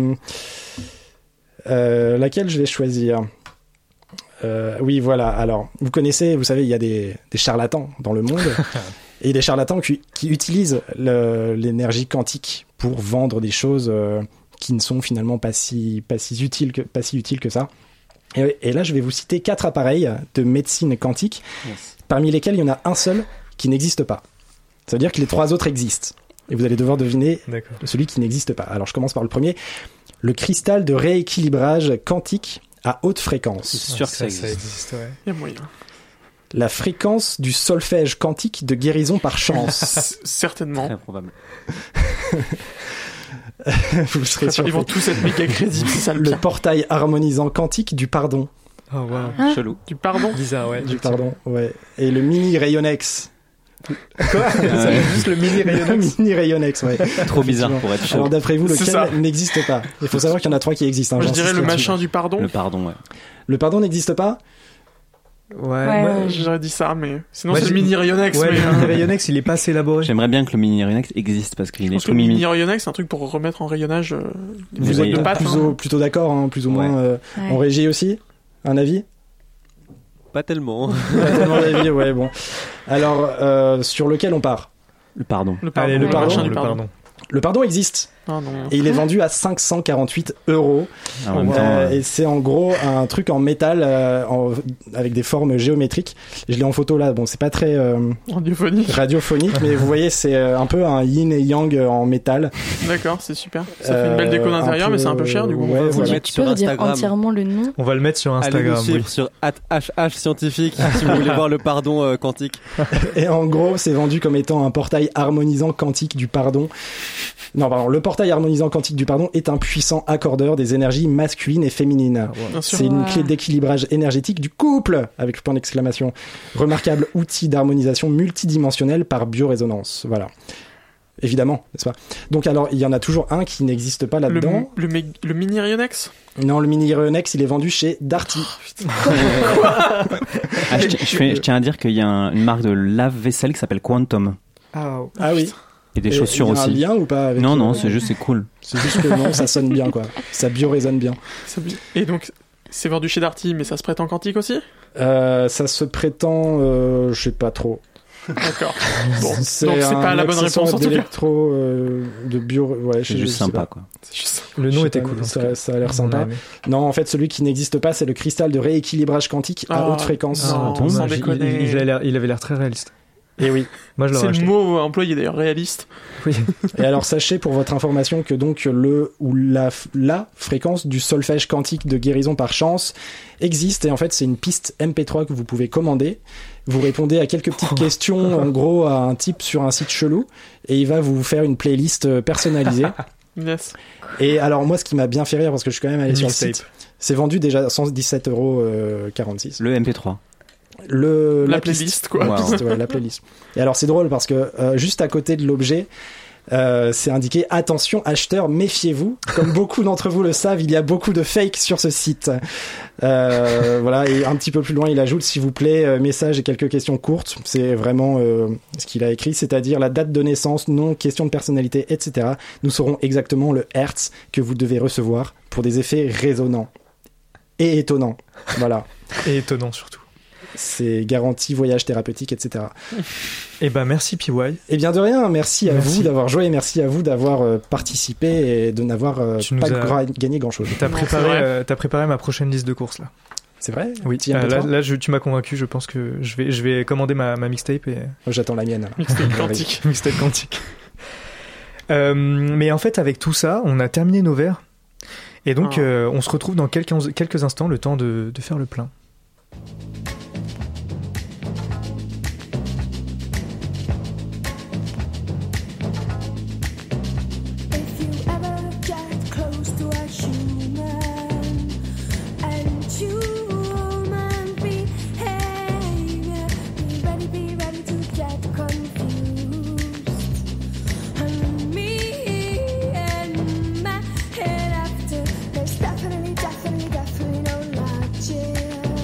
laquelle je vais choisir? Oui, voilà. Alors, vous savez, il y a des charlatans dans le monde et des charlatans qui utilisent l'énergie quantique pour vendre des choses qui ne sont finalement pas si utiles que ça. Et là, je vais vous citer 4 appareils de médecine quantique, parmi lesquels il y en a un seul qui n'existe pas. Ça veut dire que les 3 autres existent. Et vous allez devoir deviner celui qui n'existe pas. Alors, je commence par le premier. Le cristal de rééquilibrage quantique à haute fréquence. C'est sûr que ça existe. Ouais. Il y a moyen. La fréquence du solfège quantique de guérison par chance. Certainement. Très probable. Vous serez Ils vont tous être méga crédibles, c'est ça le pire. portail harmonisant quantique du pardon. Oh wow. Chelou. Du pardon. Bizarre, ouais. Du pardon, ouais. Et le mini Rayonex. Quoi juste le mini Rayonex. Le mini Rayonex, ouais. Trop bizarre pour être chaud. Alors d'après vous, lequel n'existe pas? Il faut savoir qu'il y en a 3 qui existent. Moi, je dirais le machin du pardon. Le pardon, ouais. Le pardon n'existe pas? Ouais. J'aurais dit ça, mais sinon Ouais, c'est le mini Rayonnex. Ouais, mais, le mini Rayonnex, il est pas assez élaboré. J'aimerais bien que le mini Rayonnex existe parce qu'il est parce que tout le mimi. mini Rayonnex, c'est un truc pour remettre en rayonnage Vous les boîtes êtes de pâtes. plutôt d'accord, hein, plus ou moins. Ouais. En régie aussi. Un avis? Pas tellement. Pas tellement d'avis, ouais, bon. Alors, sur lequel on part? Le pardon. Allez, le Ouais, pardon. machin du Le pardon. pardon. Le pardon existe. Ah non. Et il est vendu à 548 €. En même temps, Et c'est en gros un truc en métal avec des formes géométriques. Je l'ai en photo là. Bon, c'est pas très radiophonique, mais vous voyez, c'est un peu un yin et yang en métal. D'accord, c'est super. Ça fait une belle déco d'intérieur, mais c'est un peu cher du coup. Ouais, voilà. Tu peux redire entièrement le nom? On va le mettre sur Instagram. Allez nous suivre sur @HH-scientifique si vous voulez voir le pardon quantique. Et en gros, c'est vendu comme étant un portail harmonisant quantique du pardon. Non, pardon. Le portail harmonisant quantique du pardon est un puissant accordeur des énergies masculines et féminines. C'est une clé d'équilibrage énergétique du couple, avec le point d'exclamation. Remarquable outil d'harmonisation multidimensionnelle par biorésonance. Voilà. Évidemment, n'est-ce pas? Donc alors, il y en a toujours un qui n'existe pas là-dedans. Le mini Rayonnex? Non, le mini Rayonnex, il est vendu chez Darty. Je tiens à dire qu'il y a une marque de lave-vaisselle qui s'appelle Quantum. Ah oui. Et des chaussures aussi. Il y a un lien ou pas avec Non, c'est juste, c'est cool. C'est juste que non, ça sonne bien, quoi. Ça bio-résonne bien. Et donc, c'est vendu chez Darty, mais ça se prête en quantique aussi? Ça se prétend, je sais pas trop. D'accord. Bon, donc c'est pas la bonne réponse en tout cas. De bio, ouais, c'est juste sympa, quoi. Le nom était cool. Ça a l'air sympa. Non, en fait, celui qui n'existe pas, c'est le cristal de rééquilibrage quantique à haute fréquence. Sans déconner. Il avait l'air très réaliste. Et oui. Moi, je l'aurais c'est acheté. le mot employé d'ailleurs, réaliste. Oui. Et alors, sachez pour votre information que donc la fréquence du solfège quantique de guérison par chance existe. Et en fait, c'est une piste MP3 que vous pouvez commander. Vous répondez à quelques petites questions, en gros, à un type sur un site chelou. Et il va vous faire une playlist personnalisée. Yes. Et alors, moi, ce qui m'a bien fait rire, parce que je suis quand même allé sur le site, c'est vendu déjà 117,46 €. Le MP3. La playlist, quoi. La piste, ouais, la playlist. Et alors, c'est drôle parce que juste à côté de l'objet, c'est indiqué attention acheteur, méfiez-vous. Comme beaucoup d'entre vous le savent, il y a beaucoup de fake sur ce site. Voilà, et un petit peu plus loin, il ajoute s'il vous plaît message et quelques questions courtes. C'est vraiment ce qu'il a écrit, c'est-à-dire la date de naissance, nom, question de personnalité, etc. Nous saurons exactement le hertz que vous devez recevoir pour des effets résonnants et étonnants. Voilà. Et étonnant surtout. C'est garantie voyage thérapeutique, etc. Eh ben merci PY. Eh bien de rien, merci à vous d'avoir joué, merci à vous d'avoir participé et de n'avoir pas gagné grand-chose. T'as préparé ma prochaine liste de courses là. C'est vrai? Oui. Là tu m'as convaincu, je pense que je vais commander ma mixtape et... J'attends la mienne. Mixtape quantique. Mixtape quantique. Mais en fait avec tout ça, on a terminé nos verres. Et donc on se retrouve dans quelques instants, le temps de faire le plein. Definitely no logic.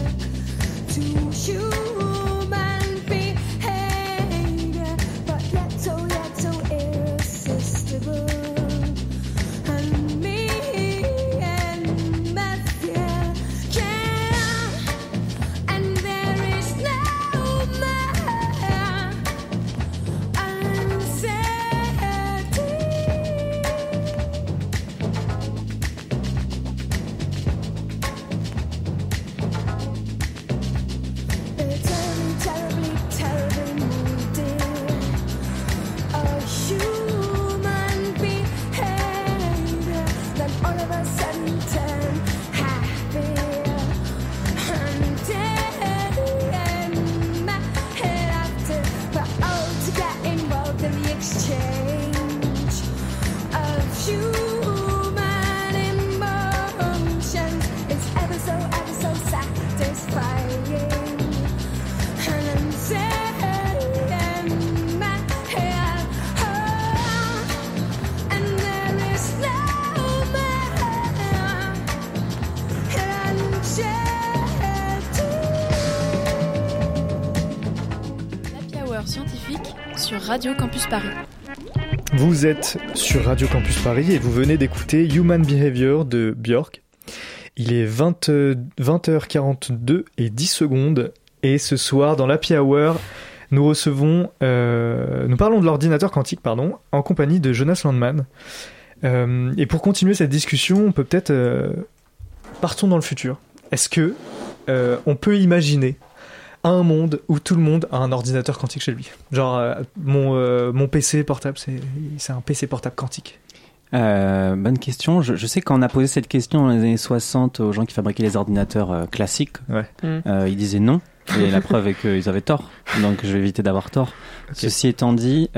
Hour scientifique sur Radio Campus Paris. Vous êtes sur Radio Campus Paris et vous venez d'écouter Human Behavior de Björk. Il est 20h42 et 10 secondes et ce soir dans l'Happy Hour, nous parlons de l'ordinateur quantique, en compagnie de Jonas Landman. Et pour continuer cette discussion, on peut peut-être partons dans le futur. Est-ce que on peut imaginer un monde où tout le monde a un ordinateur quantique chez lui? Genre mon PC portable, c'est un PC portable quantique. Bonne question. Je sais qu'on a posé cette question dans les années 60 aux gens qui fabriquaient les ordinateurs classiques. Ouais. Ils disaient non. Et la preuve est qu'ils avaient tort. Donc je vais éviter d'avoir tort. Okay. Ceci étant dit,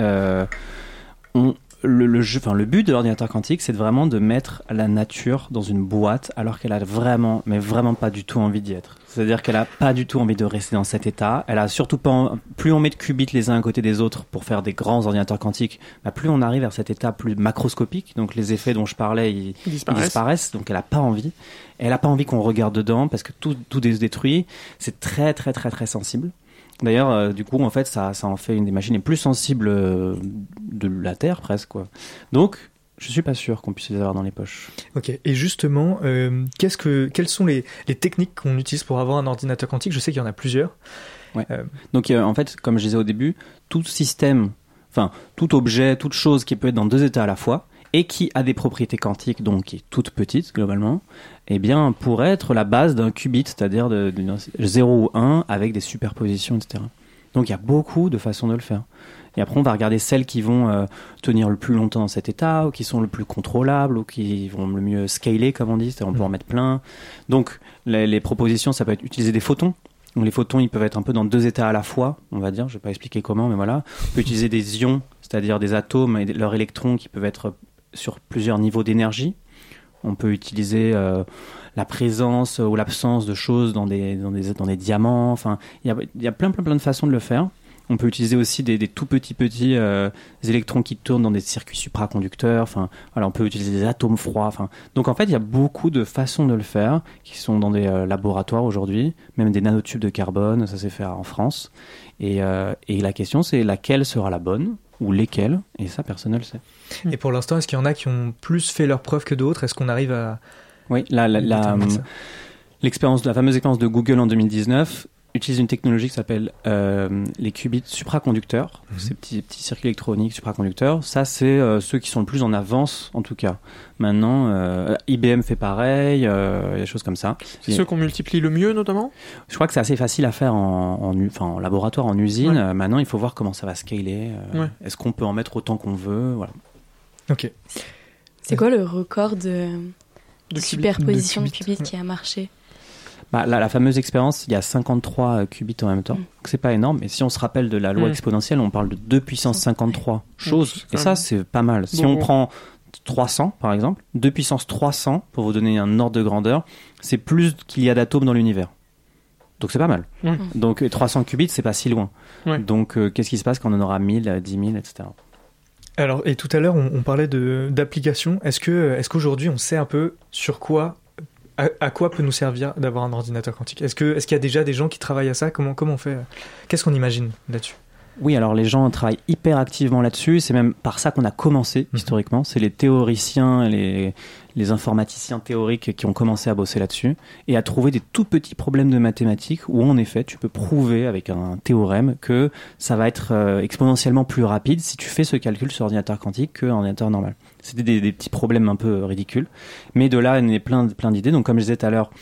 le but de l'ordinateur quantique, c'est vraiment de mettre la nature dans une boîte alors qu'elle a vraiment, mais vraiment pas du tout envie d'y être. C'est-à-dire qu'elle a pas du tout envie de rester dans cet état. Elle a surtout pas, plus on met de qubits les uns à côté des autres pour faire des grands ordinateurs quantiques, plus on arrive vers cet état plus macroscopique. Donc les effets dont je parlais, ils disparaissent. Donc elle a pas envie. Et elle a pas envie qu'on regarde dedans parce que tout se détruit. C'est très, très, très, très sensible. D'ailleurs, du coup, en fait, ça en fait une des machines les plus sensibles de la Terre, presque, quoi. Donc, je suis pas sûr qu'on puisse les avoir dans les poches. Ok. Et justement, quelles sont les techniques qu'on utilise pour avoir un ordinateur quantique? Je sais qu'il y en a plusieurs. Ouais. Donc, en fait, comme je disais au début, tout système, enfin, tout objet, toute chose qui peut être dans deux états à la fois, et qui a des propriétés quantiques, donc qui est toute petite globalement, eh bien pourrait être la base d'un qubit, c'est-à-dire de 0 ou 1 avec des superpositions, etc. Donc il y a beaucoup de façons de le faire. Et après on va regarder celles qui vont tenir le plus longtemps dans cet état, ou qui sont le plus contrôlables, ou qui vont le mieux scaler, comme on dit, c'est-à-dire on peut en mettre plein. Donc les propositions, ça peut être utiliser des photons. Donc les photons, ils peuvent être un peu dans deux états à la fois, on va dire, je vais pas expliquer comment, mais voilà. On peut utiliser des ions, c'est-à-dire des atomes et leurs électrons qui peuvent être sur plusieurs niveaux d'énergie. On peut utiliser la présence ou l'absence de choses dans des diamants. Enfin, il y a plein de façons de le faire. On peut utiliser aussi des tout petits électrons qui tournent dans des circuits supraconducteurs. Enfin, voilà, on peut utiliser des atomes froids. Enfin, donc en fait, il y a beaucoup de façons de le faire qui sont dans des laboratoires aujourd'hui, même des nanotubes de carbone. Ça s'est fait en France. Et la question, c'est laquelle sera la bonne ou lesquelles, et ça, personne ne le sait. Et pour l'instant, est-ce qu'il y en a qui ont plus fait leurs preuves que d'autres? Est-ce qu'on arrive à... Oui, la fameuse expérience de Google en 2019 utilise une technologie qui s'appelle les qubits supraconducteurs, ces petits circuits électroniques supraconducteurs. Ça, c'est ceux qui sont le plus en avance, en tout cas. Maintenant, IBM fait pareil, des choses comme ça. C'est ceux qu'on multiplie le mieux, notamment? Je crois que c'est assez facile à faire en laboratoire, en usine. Ouais. Maintenant, il faut voir comment ça va scaler. Est-ce qu'on peut en mettre autant qu'on veut? Voilà. Ok. C'est quoi le record de superposition de qubits qui a marché? La fameuse expérience, il y a 53 qubits en même temps. Donc c'est pas énorme. Et si on se rappelle de la loi exponentielle, on parle de 2 puissance 53 choses. Et ça, c'est pas mal. Si on prend 300, par exemple, 2 puissance 300, pour vous donner un ordre de grandeur, c'est plus qu'il y a d'atomes dans l'univers. Donc c'est pas mal. Donc 300 qubits, c'est pas si loin. Donc qu'est-ce qui se passe quand on en aura 1000, 10 000, etc. Alors, et tout à l'heure, on parlait d'applications. Est-ce qu'aujourd'hui, on sait un peu sur quoi... À quoi peut nous servir d'avoir un ordinateur quantique? Est-ce qu'il y a déjà des gens qui travaillent à ça? Comment on fait? Qu'est-ce qu'on imagine là-dessus? Oui, alors les gens travaillent hyper activement là-dessus. C'est même par ça qu'on a commencé historiquement. C'est les théoriciens, les informaticiens théoriques qui ont commencé à bosser là-dessus et à trouver des tout petits problèmes de mathématiques où en effet tu peux prouver avec un théorème que ça va être exponentiellement plus rapide si tu fais ce calcul sur ordinateur quantique qu'un ordinateur normal. C'était des petits problèmes un peu ridicules, mais de là il y a plein d'idées. Donc comme je disais tout à l'heure,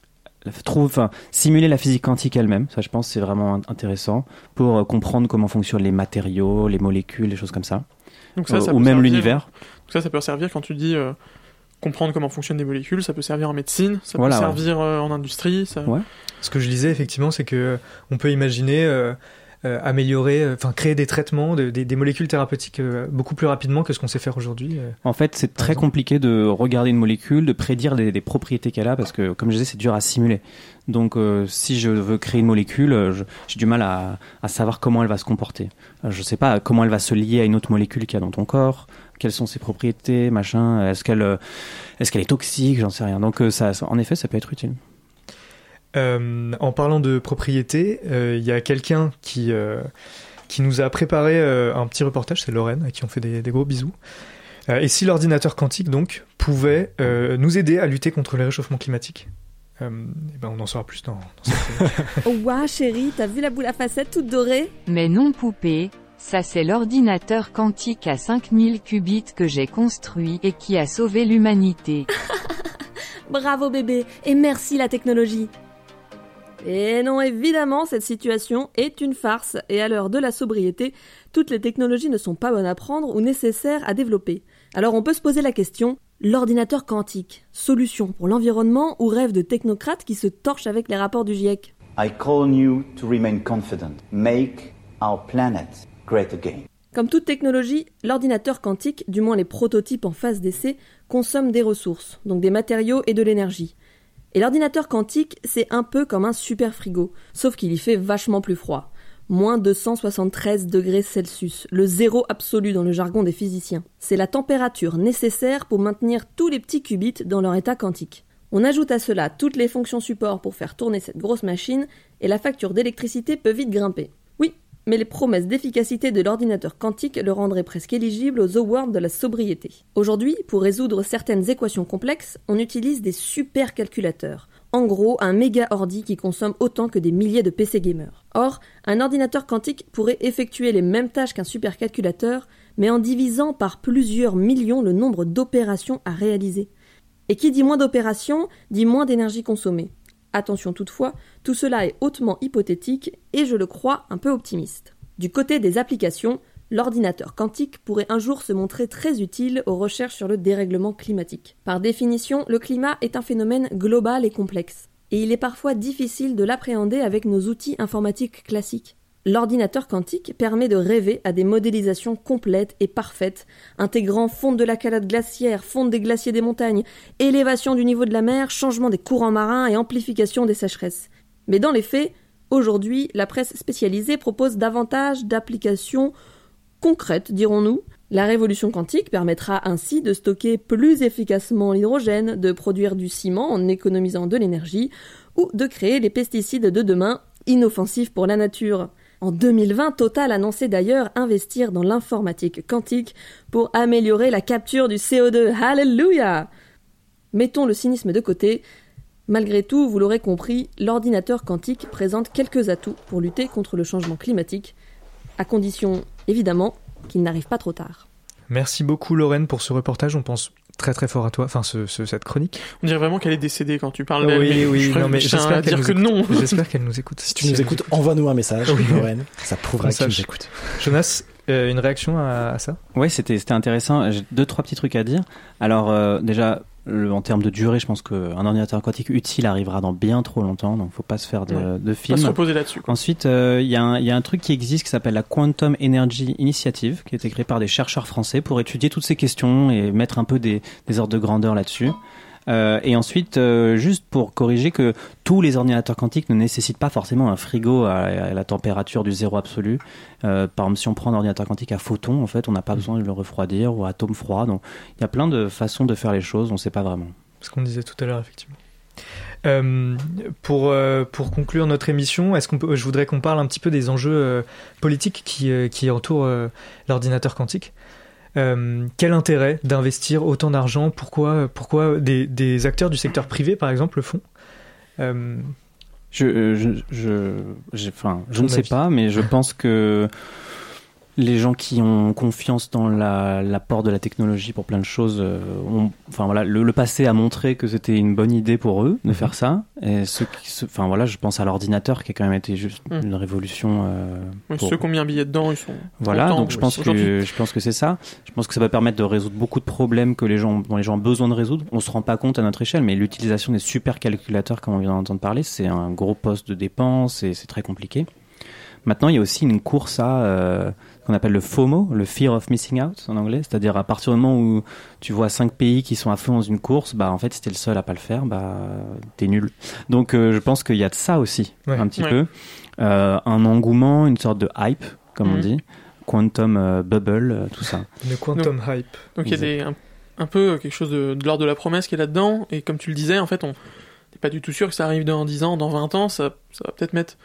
simuler la physique quantique elle-même, ça je pense c'est vraiment intéressant pour comprendre comment fonctionnent les matériaux, les molécules, les choses comme ça. Donc ça ou même l'univers. Donc ça peut servir quand tu dis comprendre comment fonctionnent des molécules, ça peut servir en médecine, ça peut servir en industrie. Ça... Ouais. Ce que je disais effectivement, c'est que on peut imaginer améliorer, créer des traitements, des molécules thérapeutiques beaucoup plus rapidement que ce qu'on sait faire aujourd'hui. En fait, c'est très compliqué de regarder une molécule, de prédire des propriétés qu'elle a, parce que, comme je disais, c'est dur à simuler. Donc, si je veux créer une molécule, j'ai du mal à savoir comment elle va se comporter. Je ne sais pas comment elle va se lier à une autre molécule qu'il y a dans ton corps, quelles sont ses propriétés, machin, est-ce qu'elle est toxique, j'en sais rien. Donc, en effet, ça peut être utile. En parlant de propriété, il y a quelqu'un qui qui nous a préparé un petit reportage, c'est Lorraine, à qui on fait des gros bisous. Et si l'ordinateur quantique, donc, pouvait nous aider à lutter contre le réchauffement climatique, on en saura plus dans cette Oh waouh chérie, t'as vu la boule à facettes toute dorée? Mais non poupée, ça c'est l'ordinateur quantique à 5000 qubits que j'ai construit et qui a sauvé l'humanité. Bravo bébé, et merci la technologie. Et non, évidemment, cette situation est une farce, et à l'heure de la sobriété, toutes les technologies ne sont pas bonnes à prendre ou nécessaires à développer. Alors on peut se poser la question, l'ordinateur quantique, solution pour l'environnement ou rêve de technocrates qui se torchent avec les rapports du GIEC? I call on you to remain confident. Make our planet great again. Comme toute technologie, l'ordinateur quantique, du moins les prototypes en phase d'essai, consomme des ressources, donc des matériaux et de l'énergie. Et l'ordinateur quantique, c'est un peu comme un super frigo, sauf qu'il y fait vachement plus froid. Moins 273 degrés Celsius, le zéro absolu dans le jargon des physiciens. C'est la température nécessaire pour maintenir tous les petits qubits dans leur état quantique. On ajoute à cela toutes les fonctions support pour faire tourner cette grosse machine, et la facture d'électricité peut vite grimper. Oui, mais les promesses d'efficacité de l'ordinateur quantique le rendraient presque éligible aux awards de la sobriété. Aujourd'hui, pour résoudre certaines équations complexes, on utilise des supercalculateurs. En gros, un méga ordi qui consomme autant que des milliers de PC gamers. Or, un ordinateur quantique pourrait effectuer les mêmes tâches qu'un supercalculateur, mais en divisant par plusieurs millions le nombre d'opérations à réaliser. Et qui dit moins d'opérations, dit moins d'énergie consommée. Attention toutefois, tout cela est hautement hypothétique et je le crois un peu optimiste. Du côté des applications, l'ordinateur quantique pourrait un jour se montrer très utile aux recherches sur le dérèglement climatique. Par définition, le climat est un phénomène global et complexe, et il est parfois difficile de l'appréhender avec nos outils informatiques classiques. L'ordinateur quantique permet de rêver à des modélisations complètes et parfaites, intégrant fonte de la calotte glaciaire, fonte des glaciers des montagnes, élévation du niveau de la mer, changement des courants marins et amplification des sécheresses. Mais dans les faits, aujourd'hui, la presse spécialisée propose davantage d'applications concrètes, dirons-nous. La révolution quantique permettra ainsi de stocker plus efficacement l'hydrogène, de produire du ciment en économisant de l'énergie, ou de créer les pesticides de demain, inoffensifs pour la nature. En 2020, Total annonçait d'ailleurs investir dans l'informatique quantique pour améliorer la capture du CO2. Alléluia! Mettons le cynisme de côté. Malgré tout, vous l'aurez compris, l'ordinateur quantique présente quelques atouts pour lutter contre le changement climatique, à condition, évidemment, qu'il n'arrive pas trop tard. Merci beaucoup Lorraine pour ce reportage, on pense très très fort à toi, enfin cette chronique. On dirait vraiment qu'elle est décédée quand tu parles d'elle. Oui, mais j'espère qu'elle nous écoute. Non. J'espère qu'elle nous écoute. Si tu nous écoutes, envoie-nous un message, Lorraine, ça prouvera que tu nous écoutes. Jonas, une réaction à ça? Ouais, c'était intéressant, j'ai 2-3 petits trucs à dire. Alors déjà, en termes de durée, je pense qu'un ordinateur quantique utile arrivera dans bien trop longtemps, donc faut pas se faire de film. Pas se reposer là-dessus. Ensuite, il y a un truc qui existe qui s'appelle la Quantum Energy Initiative, qui a été créé par des chercheurs français pour étudier toutes ces questions et mettre un peu des ordres de grandeur là-dessus. Et ensuite, juste pour corriger que tous les ordinateurs quantiques ne nécessitent pas forcément un frigo à la température du zéro absolu. Par exemple, si on prend un ordinateur quantique à photons, en fait, on n'a pas besoin de le refroidir, ou à atome froid. Donc, il y a plein de façons de faire les choses, on ne sait pas vraiment. Ce qu'on disait tout à l'heure, effectivement. Pour conclure notre émission, je voudrais qu'on parle un petit peu des enjeux politiques qui entourent l'ordinateur quantique. Quel intérêt d'investir autant d'argent? Pourquoi des acteurs du secteur privé, par exemple, le font? Je ne sais pas, mais je pense que les gens qui ont confiance dans l'apport de la technologie pour plein de choses, le passé a montré que c'était une bonne idée pour eux de faire ça. Et je pense à l'ordinateur qui a quand même été juste une révolution. Ceux qui ont mis un billet dedans, ils sont. Voilà, donc je pense que c'est ça. Je pense que ça va permettre de résoudre beaucoup de problèmes dont les gens ont besoin de résoudre. On se rend pas compte à notre échelle, mais l'utilisation des supercalculateurs, comme on vient d'entendre parler, c'est un gros poste de dépense et c'est très compliqué. Maintenant, il y a aussi une course qu'on appelle le FOMO, le Fear of Missing Out en anglais, c'est-à-dire à partir du moment où tu vois 5 pays qui sont à fond dans une course, en fait, si t'es le seul à pas le faire, t'es nul. Donc, je pense qu'il y a de ça aussi, un petit peu. Un engouement, une sorte de hype, comme on dit, quantum bubble, tout ça. Le quantum hype. Donc, il y a un peu quelque chose de l'ordre de la promesse qui est là-dedans, et comme tu le disais, en fait, on n'est pas du tout sûr que ça arrive dans 10 ans, dans 20 ans, ça va peut-être mettre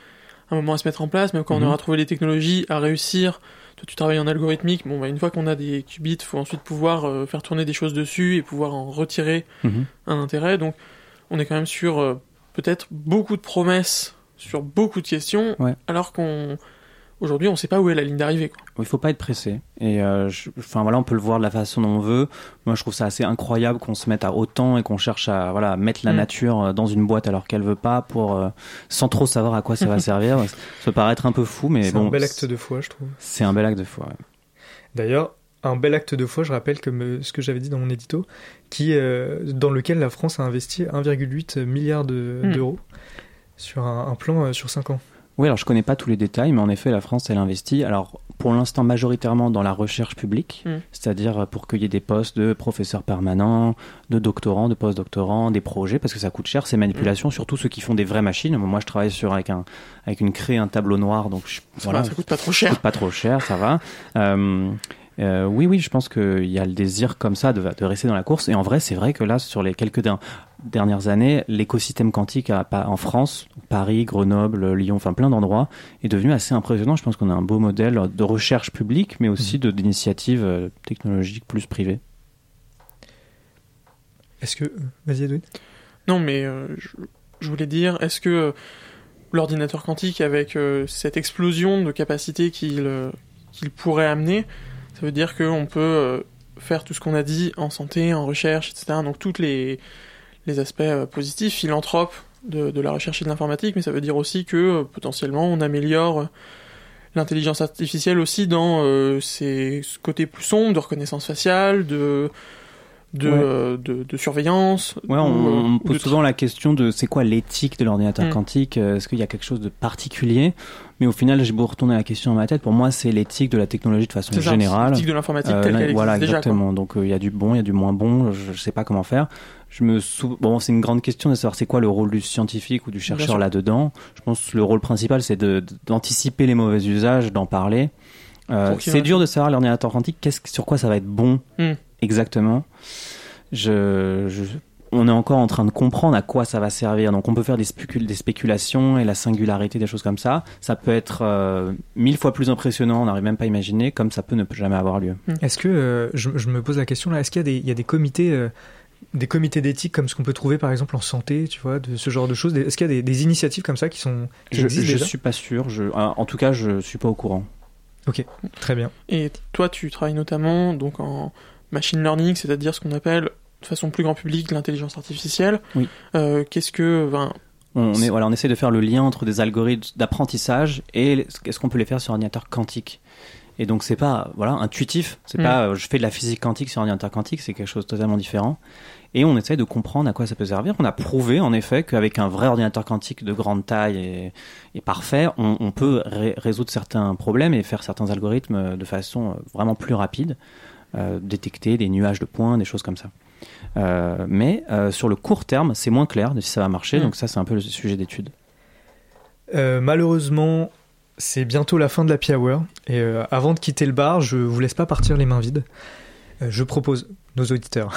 un moment à se mettre en place, même quand on aura trouvé les technologies à réussir. Toi, tu travailles en algorithmique. Bon, une fois qu'on a des qubits, il faut ensuite pouvoir faire tourner des choses dessus et pouvoir en retirer un intérêt. Donc, on est quand même sur peut-être beaucoup de promesses sur beaucoup de questions, alors qu'aujourd'hui, on ne sait pas où est la ligne d'arrivée, quoi. Il ne faut pas être pressé. Et on peut le voir de la façon dont on veut. Moi, je trouve ça assez incroyable qu'on se mette à autant et qu'on cherche à mettre la nature dans une boîte alors qu'elle ne veut pas, sans trop savoir à quoi ça va servir. Ça peut paraître un peu fou, mais c'est un bel acte de foi, je trouve. C'est un bel acte de foi. Ouais. D'ailleurs, un bel acte de foi, je rappelle, comme ce que j'avais dit dans mon édito, dans lequel la France a investi 1,8 milliard d'euros sur un plan sur 5 ans. Oui, alors je connais pas tous les détails, mais en effet, la France, elle investit. Alors, pour l'instant, majoritairement dans la recherche publique, c'est-à-dire pour qu'il y ait des postes de professeurs permanents, de doctorants, de post-doctorants, des projets, parce que ça coûte cher, ces manipulations, surtout ceux qui font des vraies machines. Moi, je travaille avec une craie, un tableau noir, donc ça coûte pas trop cher. Ça coûte pas trop cher, ça va. Oui, je pense qu'il y a le désir comme ça de rester dans la course. Et en vrai, c'est vrai que là, sur les quelques dernières années, l'écosystème quantique en France, Paris, Grenoble, Lyon, enfin plein d'endroits, est devenu assez impressionnant. Je pense qu'on a un beau modèle de recherche publique, mais aussi d'initiatives technologiques plus privées. Est-ce que... Vas-y, Edwin. Non, mais je voulais dire, est-ce que l'ordinateur quantique, avec cette explosion de capacité qu'il pourrait amener, ça veut dire qu'on peut faire tout ce qu'on a dit en santé, en recherche, etc. Donc tous les aspects positifs, philanthropes de la recherche et de l'informatique, mais ça veut dire aussi que potentiellement on améliore l'intelligence artificielle aussi dans ses côtés plus sombres, de reconnaissance faciale, de surveillance. Ouais, on pose souvent la question de c'est quoi l'éthique de l'ordinateur quantique, est-ce qu'il y a quelque chose de particulier, mais au final j'ai beau retourner la question dans ma tête, pour moi c'est l'éthique de la technologie de façon générale. L'éthique de l'informatique telle qu'elle voilà, existe exactement. Déjà, donc il y a du bon, il y a du moins bon, je sais pas comment faire. Bon, c'est une grande question de savoir c'est quoi le rôle du scientifique ou du chercheur là-dedans. Je pense que le rôle principal c'est d'anticiper les mauvais usages, d'en parler. C'est dur de savoir l'ordinateur quantique, sur quoi ça va être bon exactement. On est encore en train de comprendre à quoi ça va servir. Donc on peut faire des spéculations et la singularité, des choses comme ça. Ça peut être 1000 fois plus impressionnant, on n'arrive même pas à imaginer, comme ça peut ne jamais avoir lieu. Est-ce que, je me pose la question là, est-ce qu'il y a des comités d'éthique comme ce qu'on peut trouver par exemple en santé, tu vois, de ce genre de choses? Est-ce qu'il y a des initiatives comme ça qui existent déjà? Je suis pas sûr. En tout cas, je suis pas au courant. Ok, très bien. Et toi, tu travailles notamment donc en machine learning, c'est-à-dire ce qu'on appelle de façon plus grand public l'intelligence artificielle. Oui. Qu'est-ce que... on essaie de faire le lien entre des algorithmes d'apprentissage et est-ce qu'on peut les faire sur ordinateur quantique. Et donc c'est pas intuitif, c'est pas je fais de la physique quantique sur ordinateur quantique, c'est quelque chose de totalement différent. Et on essaie de comprendre à quoi ça peut servir. On a prouvé en effet qu'avec un vrai ordinateur quantique de grande taille et parfait, on peut résoudre certains problèmes et faire certains algorithmes de façon vraiment plus rapide. Détecter des nuages de points, des choses comme ça. Mais sur le court terme, c'est moins clair de si ça va marcher, donc ça c'est un peu le sujet d'étude. Malheureusement, c'est bientôt la fin de l'Happy Hour, et avant de quitter le bar, je vous laisse pas partir les mains vides. Je propose, nos auditeurs,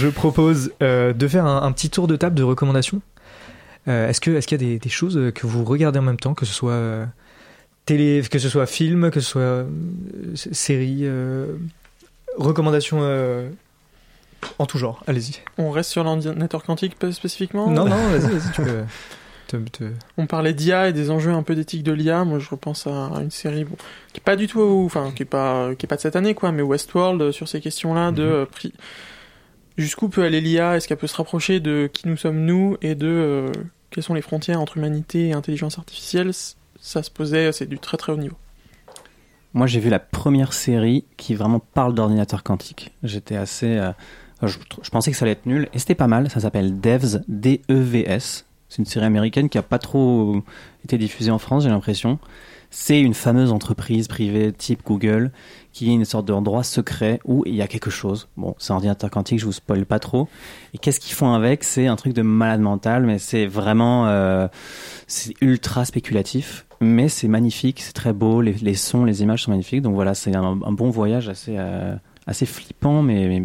de faire un petit tour de table de recommandations. Est-ce qu'il y a des choses que vous regardez en même temps, que ce soit télé, que ce soit film, que ce soit série, recommandations en tout genre, allez-y. On reste sur l'ordinateur quantique spécifiquement? Non, vas-y, tu peux... On parlait d'IA et des enjeux un peu d'éthique de l'IA. Moi, je repense à une série qui est pas du tout, qui est pas de cette année, quoi, mais Westworld sur ces questions-là jusqu'où peut aller l'IA, est-ce qu'elle peut se rapprocher de qui nous sommes nous et de quelles sont les frontières entre humanité et intelligence artificielle. Ça se posait, c'est du très très haut niveau. Moi, j'ai vu la première série qui vraiment parle d'ordinateur quantique. J'étais assez... je pensais que ça allait être nul, et c'était pas mal. Ça s'appelle Devs, D-E-V-S. C'est une série américaine qui a pas trop été diffusée en France, j'ai l'impression. C'est une fameuse entreprise privée type Google qui est une sorte d'endroit secret où il y a quelque chose. Bon, c'est un ordinateur quantique, je vous spoil pas trop. Et qu'est-ce qu'ils font avec? C'est un truc de malade mental, mais c'est vraiment... c'est ultra spéculatif. Mais c'est magnifique, c'est très beau, les sons, les images sont magnifiques. Donc voilà, c'est un bon voyage assez flippant, mais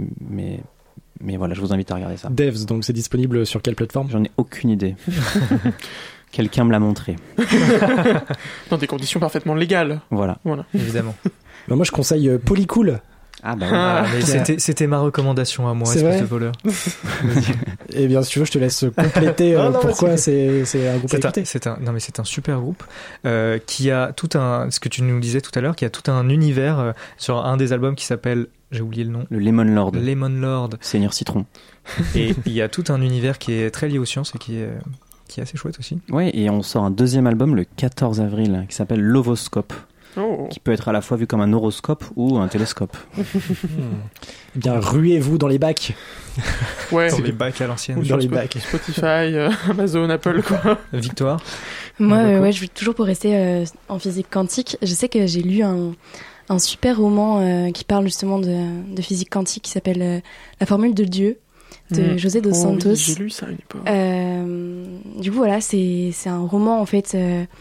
voilà, je vous invite à regarder ça. Devs, donc c'est disponible sur quelle plateforme? J'en ai aucune idée. Quelqu'un me l'a montré. Dans des conditions parfaitement légales. Voilà. Évidemment. Bah, moi, je conseille Polycool. Ah bah mais c'était ma recommandation à moi, C'est espèce vrai de voleur. Eh bien, si tu veux, je te laisse compléter Non, pourquoi c'est un groupe à écouter. C'est un super groupe qui a tout un, ce que tu nous disais tout à l'heure, qui a tout un univers sur un des albums qui s'appelle, j'ai oublié le nom. Le Lemon Lord. Lemon Lord. Seigneur Citron. Et il y a tout un univers qui est très lié aux sciences et qui est assez chouette aussi. Ouais, et on sort un deuxième album le 14 avril qui s'appelle Lovoscope. Oh. Qui peut être à la fois vu comme un horoscope ou un télescope. Eh bien, ruez-vous dans les bacs. Ouais. Dans les bacs à l'ancienne. Ou dans les bacs. Spotify, Amazon, Apple, quoi. Victoire. Moi, je toujours pour rester en physique quantique, je sais que j'ai lu un super roman qui parle justement de physique quantique qui s'appelle La formule de Dieu de José dos Santos. Oui, j'ai lu ça à une époque. Du coup, voilà, c'est un roman en fait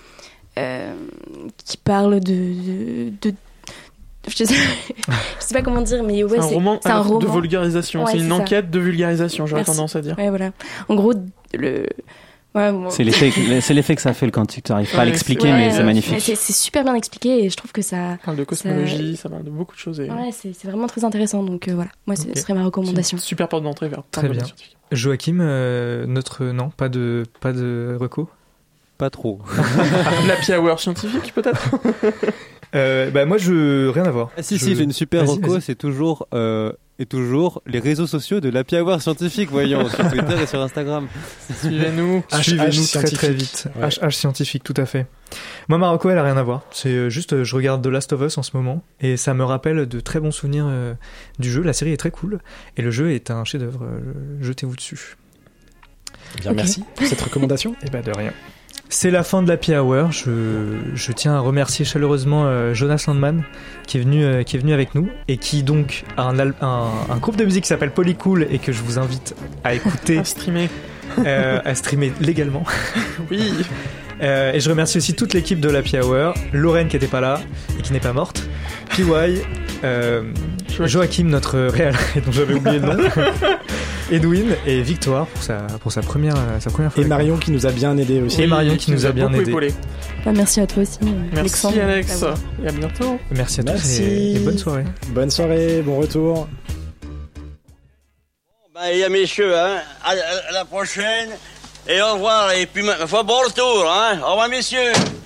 qui parle de je sais pas comment dire, mais ouais, c'est un roman de vulgarisation. Ouais, c'est une ça. enquête de vulgarisation, j'aurais Merci. tendance à dire. Ouais, voilà. En gros, c'est l'effet que ça fait le quantique. Tu n'arrives pas à l'expliquer, mais c'est magnifique. C'est super bien expliqué et je trouve que ça parle de cosmologie, ça parle de beaucoup de choses. Et... Ouais, c'est vraiment très intéressant. Donc voilà, moi, ce serait ma recommandation. Super porte d'entrée vers. Très bien. Joachim, pas de reco. Pas trop. L'happy hour scientifique, peut-être. Moi, rien à voir. Ah, si, j'ai une super reco, c'est toujours les réseaux sociaux de l'Happy Hour scientifique, voyons, sur Twitter et sur Instagram. Suivez-nous. Suivez-nous très vite. Ouais. HH scientifique, tout à fait. Moi, ma reco, elle a rien à voir. C'est juste, je regarde The Last of Us en ce moment et ça me rappelle de très bons souvenirs du jeu. La série est très cool et le jeu est un chef-d'œuvre. Jetez-vous dessus. Bien, merci pour cette recommandation. Et de rien. C'est la fin de l'Happy Hour. Je tiens à remercier chaleureusement Jonas Landman qui est venu avec nous et qui donc a un groupe de musique qui s'appelle Polycool et que je vous invite à écouter. À streamer légalement. Oui. Et je remercie aussi toute l'équipe de l'Happy Hour, Lorraine qui n'était pas là et qui n'est pas morte, PY, Joachim notre réal dont j'avais oublié le nom, Edwin et Victoire pour sa première fois. Et Marion qui nous a bien aidé aussi. Et Marion qui nous a bien aidé. Merci à toi aussi. Merci Alex. Et à bientôt. Merci à tous et bonne soirée. Bonne soirée, bon retour. Messieurs, à la prochaine. Et au revoir. Et puis, bon retour. Au revoir, messieurs.